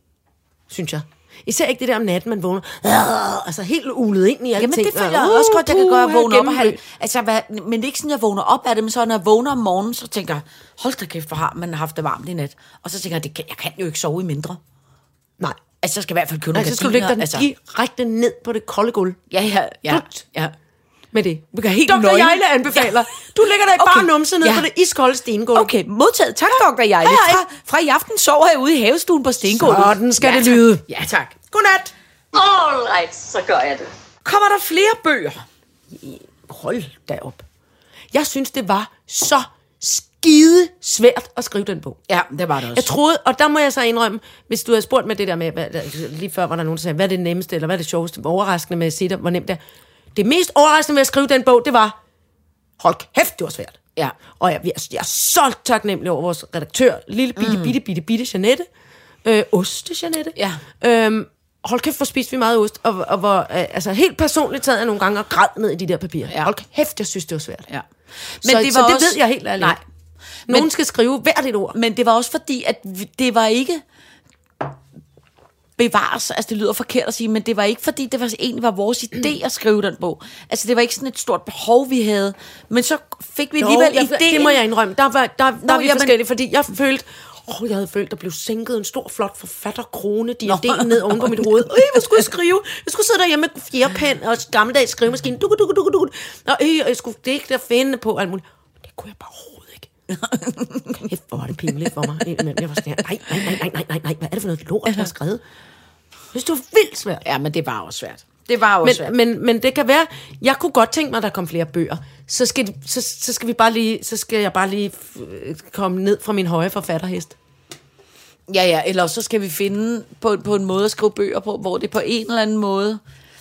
synes jeg. Især ikke det der om natten, man vågner, øh, altså helt ulet ind i alle Jamen ting. det føler jeg og, også godt, jeg kan gøre at puh, vågne op og have, gennemblødt. altså, hvad, men det er ikke sådan, jeg vågner op af det, men så når jeg vågner om morgenen, så tænker jeg, hold da kæft, hvor har man haft det varmt i nat. Og så tænker jeg, det kan, jeg kan jo ikke sove i mindre. Nej. Altså, jeg skal i hvert fald købe nogle Altså, så skal du lægge dig altså, direkte ned på det kolde gulv. ja, ja, ja, Dut. ja. Med det. Vi kan helt doktor nøgne. Jejle anbefaler. Ja. Du lægger dig okay. Okay. bare numse ned Ja. på det iskolde stengulv. Okay, modtaget. Tak, doktor Jejle. Hej, hej. Fra, fra i aften sover jeg ude i havestuen på stengulvet. Sådan skal ja, det tak. lyde. Ja, tak. Godnat. All right, så gør jeg det. Kommer der flere bøger? Hold da op. Jeg synes, det var så skide svært at skrive den bog. Ja, det var det også. Jeg troede, og der må jeg så indrømme, hvis du havde spurgt med det der med, hvad, lige før var der nogen, der sagde, hvad er det nemmeste, eller hvad er det sjoveste, overraskende med at sige det, hvor nemt det er. Det mest overraskende ved at skrive den bog, det var, hold kæft, det var svært. Ja. Og jeg, jeg, jeg er så taknemmelig over vores redaktør, lille bitte, mm. bitte, bitte, bitte Jeanette. Øh, oste Jeanette. Ja. Øhm, hold kæft, hvor spiste vi meget ost. Og, og hvor, øh, altså helt personligt taget jeg nogle gange og græd ned i de der papirer. Ja. Hold kæft, jeg synes, det var svært. Ja. Men så, det, så det ved jeg helt ærligt. Nej. Nogen Men- skal skrive hvert et ord. Men det var også fordi, at vi- det var ikke bevares, altså det lyder forkert at sige, men det var ikke fordi, det var egentlig var vores idé at skrive den bog. Altså det var ikke sådan et stort behov, vi havde. Men så fik vi alligevel jeg, idéen. det må jeg indrømme. Der var, der, der Nå, er vi jamen- forskellige, fordi jeg følte, åh, jeg havde følt, der blev sænket en stor, flot forfatterkrone, diadem ned oven på mit hoved. Øh, hvad skulle jeg skrive? Jeg skulle sidde derhjemme med fjerpen og gammeldags skrivemaskine. Dukke, dukke, dukke, dukke. Og øh, jeg skulle digte og finde på alt muligt. Det kunne jeg bare overhovedet ikke. Kæft, hvor var det pinligt for mig. Jeg var sådan her, nej, nej, nej, nej, nej, nej, nej, hvad er det for noget lort, jeg har skrevet? Jeg synes, det var vildt svært. Ja, men det var også svært. Det var også svært. Men, men, men det kan være, jeg kunne godt tænke mig, at der kom flere bøger. Så skal, så, så skal vi bare lige, så skal jeg bare lige øh, komme ned fra min høje forfatterhest. Ja, ja, eller så skal vi finde på, på en måde at skrive bøger på, hvor det på en eller anden måde...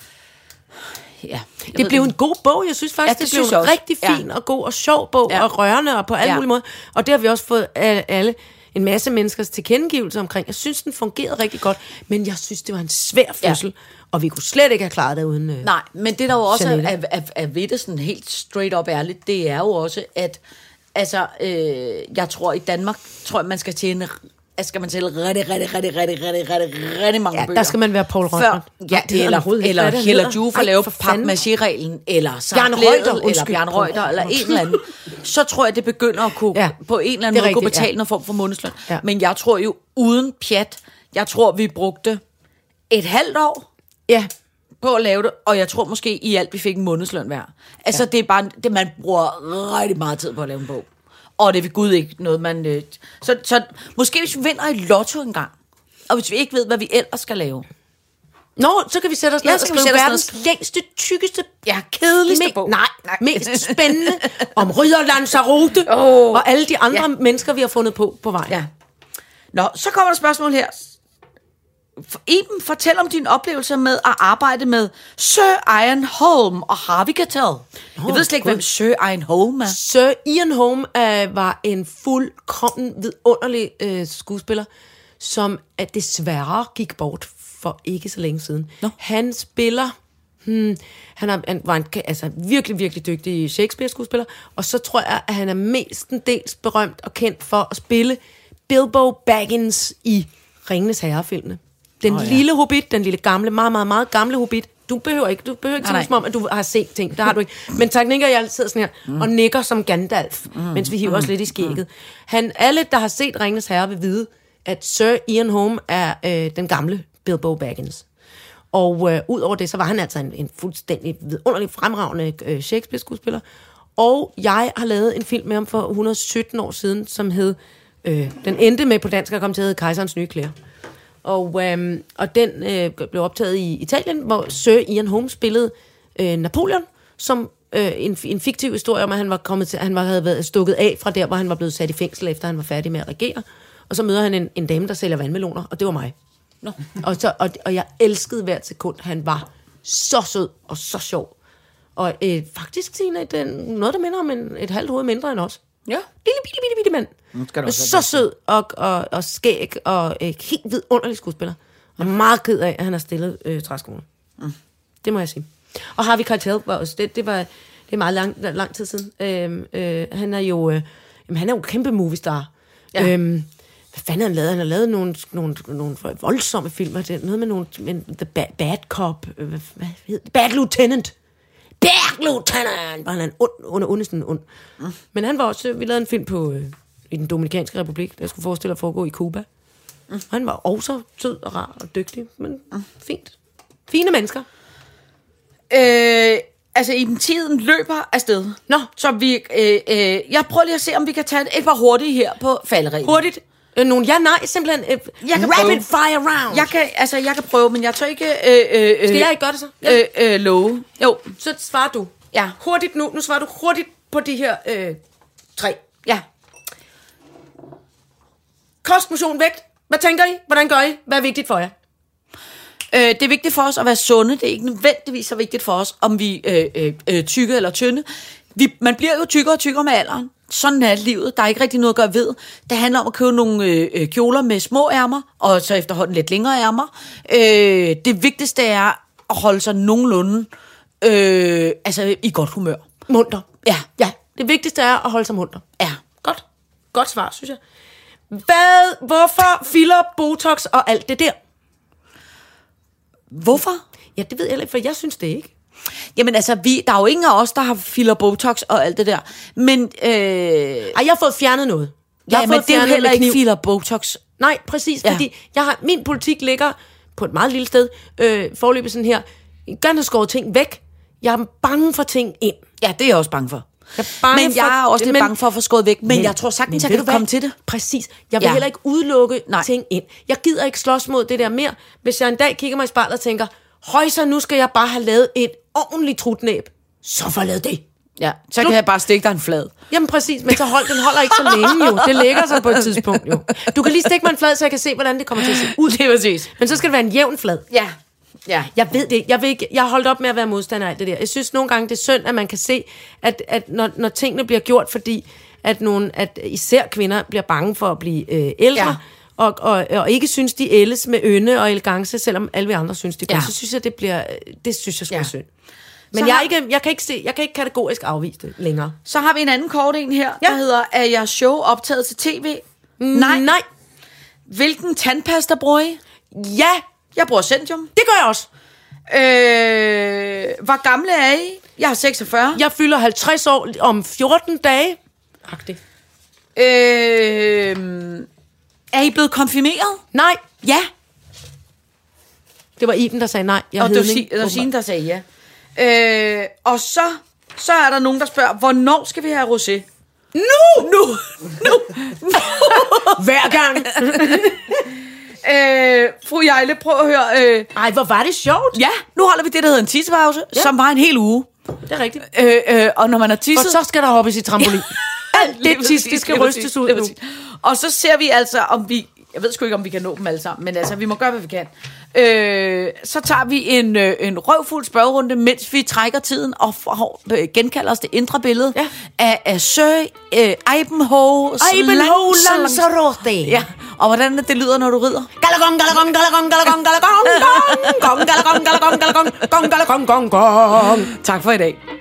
Ja, Det blev en god bog, jeg synes faktisk, Ja, ja, det det, det synes blev jeg en også. rigtig fin Ja. og god og sjov bog, Ja. ja. og rørende og på alle Ja. ja. mulige måder. Og det har vi også fået af alle en masse menneskers tilkendegivelser omkring. Jeg synes, den fungerede rigtig godt, men jeg synes, det var en svær fødsel, ja. og vi kunne slet ikke have klaret det uden... Øh, Nej, men det der jo også er, Jeanette. er, er, er ved det sådan helt straight up ærligt, det er jo også, at altså, øh, jeg tror i Danmark, tror jeg, man skal tjene, skal man sælge rigtig, rigtig, rigtig, rigtig, rigtig, rigtig, rigtig mange Ja, bøger. der skal man være Poul Reichhardt. Før, ja, Det hedder eller, overhovedet ikke. eller Hvad er det, Hella han Juf hedder? for at lave Ej, for fanden. papmaché-reglen, eller Bjarne Sarah Reuter, Blædel, eller undskyld. Bjarne Reuter, eller en eller anden. Så tror jeg, det begynder at kunne, Ja, på en eller anden det er måde kunne rigtigt, betale ja. noget form for månedsløn. Ja. Men jeg tror jo, uden pjat, jeg tror, vi brugte et halvt år Ja, på at lave det, og jeg tror måske i alt, vi fik en månedsløn hver. Altså, ja. det er bare, det man bruger rigtig meget tid på at lave en bog. Og det er ved Gud ikke noget, man... Øh, så, så måske hvis vi vinder i lotto en gang, og hvis vi ikke ved, hvad vi ellers skal lave. Nå, så kan vi sætte os ned Ja, og så kan vi skrive sætte os verdens ned. længste, tykkeste, Ja, kedeligste me- bog. Nej, Nej. mest spændende om Ridder Lanzarote Åh. og alle de andre Ja. mennesker, vi har fundet på på vejen. Ja. Nå, så kommer der et spørgsmål her. Iben, fortæl om din oplevelse med at arbejde med Sir Ian Holm og Harvey Keitel. Oh, jeg ved slet ikke, hvem Sir Ian Holm er. Sir Ian Holm øh, var en fuldkommen vidunderlig øh, skuespiller, som at desværre gik bort for ikke så længe siden. Nå. Han spiller... Hmm, han, er, han var en altså, virkelig, virkelig dygtig Shakespeare-skuespiller, og så tror jeg, at han er mestendels berømt og kendt for at spille Bilbo Baggins i Ringenes Herre-filmene. Den oh, ja. lille hobbit, den lille gamle, meget, meget, meget gamle hobbit. Du behøver ikke, du behøver ikke sige som om, at du har set ting. Det har du ikke. Men tak nikker, jeg sidder sådan her mm. og nikker som Gandalf, mm. mens vi hiver mm. os lidt i skægget. Mm. Han, alle, der har set Ringenes Herre, vil vide, at Sir Ian Holm er øh, den gamle Bilbo Baggins. Og øh, ud over det, så var han altså en, en fuldstændig vidunderlig fremragende øh, Shakespeare-skuespiller. Og jeg har lavet en film med ham for et hundrede og sytten år siden, som hed, øh, den endte med på dansk at komme til at hedde Kejserens nye klæder. Og, øh, og den øh, blev optaget i Italien, hvor Sir Ian Holm spillede øh, Napoleon, som øh, en, en fiktiv historie om, at han var kommet til, han var, havde været stukket af fra der, hvor han var blevet sat i fængsel, efter han var færdig med at regere. Og så møder han en, en dame, der sælger vandmeloner, og det var mig. No. Og, så, og, og jeg elskede hvert sekund. Han var så sød og så sjov. Og øh, faktisk, Signe, det er noget, der minder om en, et halvt hoved mindre end os. Ja. Lille, bitte, bitte, bitte mand. Mm, så sød og, og, og skæg og øh, helt vidunderlig skuespiller. Og meget ked af, at han har stillet øh, træskoene. Mm. Det må jeg sige. Og Harvey Keitel var også, det, det var det er meget lang, lang tid siden. Øh, øh, han er jo øh, jamen, han er jo en kæmpe moviestar. Ja. Øh, Hvad fanden han lavet? Han har lavet nogle, nogle, nogle voldsomme filmer. Det er noget med nogle... Med The Bad, Bad Cop. Hvad, hvad hedder det? Bad Lieutenant. Bad Lieutenant! Var han en ond, under ondesten ond. Mm. Men han var også... Vi lavede en film på... Øh, i den Dominikanske Republik, der skulle forestille at foregå i Cuba. Mm. Og han var også sød og rar og dygtig. Men mm. fint. Fine mennesker. Øh... Altså, i den tiden løber afsted. Nå. Så vi... Øh, øh, jeg prøver lige at se, om vi kan tage et par hurtige her på faldereglen. Hurtigt. Øh, nogle ja, nej, simpelthen øh, jeg kan rapid prøve. fire round. Jeg kan, altså, jeg kan prøve, men jeg tør ikke... Øh, øh, Skal jeg ikke gøre det så? Ja. Øh, øh, love. Jo. Så svarer du. Ja. Hurtigt nu. Nu svarer du hurtigt på de her øh, tre. Ja. Kost, motion, vægt. Hvad tænker I? Hvordan gør I? Hvad er vigtigt for jer? Øh, det er vigtigt for os at være sunde. Det er ikke nødvendigvis så vigtigt for os, om vi er øh, øh, tykke eller tynde. Vi, man bliver jo tykkere og tykkere med alderen. Sådan er livet. Der er ikke rigtig noget at gøre ved. Det handler om at købe nogle øh, kjoler med små ærmer, og så efterhånden lidt længere ærmer. Øh, det vigtigste er at holde sig nogenlunde øh, altså i godt humør. Munter. Ja. Ja. Det vigtigste er at holde sig munter. Ja. Godt. Godt svar, synes jeg. Hvad, hvorfor filler, botox og alt det der? Hvorfor? Ja, det ved jeg ikke, for jeg synes det ikke. Jamen altså, vi, der er jo ingen af os, der har filler, botox og alt det der. Men, øh... Ej, jeg har fået fjernet noget. Jeg ja, har men fået det er jo heller ikke filler, botox. Nej, præcis, ja. Fordi jeg har, min politik ligger på et meget lille sted, øh, forløbet sådan her. Jeg gerne have skåret ting væk. Jeg er bange for ting ind. Ja, det er jeg også bange for. Jeg er bange men for, jeg er også lidt men, bange for at få skåret væk. Men, men jeg tror sagtens, jeg kan komme til det. Præcis. Jeg vil ja. heller ikke udelukke Nej. ting ind. Jeg gider ikke slås mod det der mere. Hvis jeg en dag kigger mig i spejlet og tænker, høj, så nu skal jeg bare have lavet et ordentligt trutnæb. Så får jeg lavet det. Ja, så Slut. kan jeg bare stikke dig en flad. Jamen præcis, men så hold, den holder ikke så længe jo. Det lægger sig på et tidspunkt jo. Du kan lige stikke mig en flad, så jeg kan se, hvordan det kommer til at se ud. Det er præcis. Men så skal det være en jævn flad. Ja. Ja. Jeg ved det. Jeg, vil ikke, jeg har holdt op med at være modstander af alt det der. Jeg synes nogle gange, det er synd, at man kan se, at, at når, når tingene bliver gjort, fordi at, nogle, at især kvinder bliver bange for at blive øh, ældre, ja. og, og, og ikke synes, de ældes med ynde og elegance, selvom alle vi andre synes, de gør. Ja. Så synes jeg, det bliver, det synes jeg sgu ja. synd. Men jeg, har, ikke, jeg, kan ikke se, jeg kan ikke kategorisk afvise det længere. Så har vi en anden kort en her, ja. der hedder, er jeres show optaget til tv? Mm, nej. Nej. Hvilken tandpasta bruger I? Ja. Jeg bruger Centium. Det gør jeg også. Øh, hvor gamle er I? Jeg er seksogfyrre. Jeg fylder halvtreds år om fjorten dage. Agtigt. Øh, er I blevet konfirmeret? Nej. Ja. Det var Iben, der sagde nej. Jeg og det var, det var Signe, der sagde ja. Øh, og så, så er der nogen, der spørger, hvornår skal vi have rosé? Nu! Nu! Nu! Hver gang! øh, fru Jejle, prøv at høre. Øh, Ej, hvor var det sjovt. Ja, nu holder vi det, der hedder en tissepause, ja. som var en hel uge. Det er rigtigt. Øh, øh, og når man har tisset... Og så skal der hoppes i trampolin. Alt det tis, det skal rystes ud nu. Og så ser vi altså, om vi jeg ved sgu ikke, om vi kan nå dem alle sammen, men altså, vi må gøre, hvad vi kan. Øh, så tager vi en, øh, en røvfuld spørgerunde, mens vi trækker tiden og for, øh, genkalder os det indre billede ja. af, af Sir øh, Ivanhoe Ivanhoe Lanzarote. Ja, og hvordan det lyder, når du rider. Galagong, galagong, galagong, galagong, galagong, gong, gong, galagong, galagong, galagong, gong, galagong, gong, gong. Tak for i dag.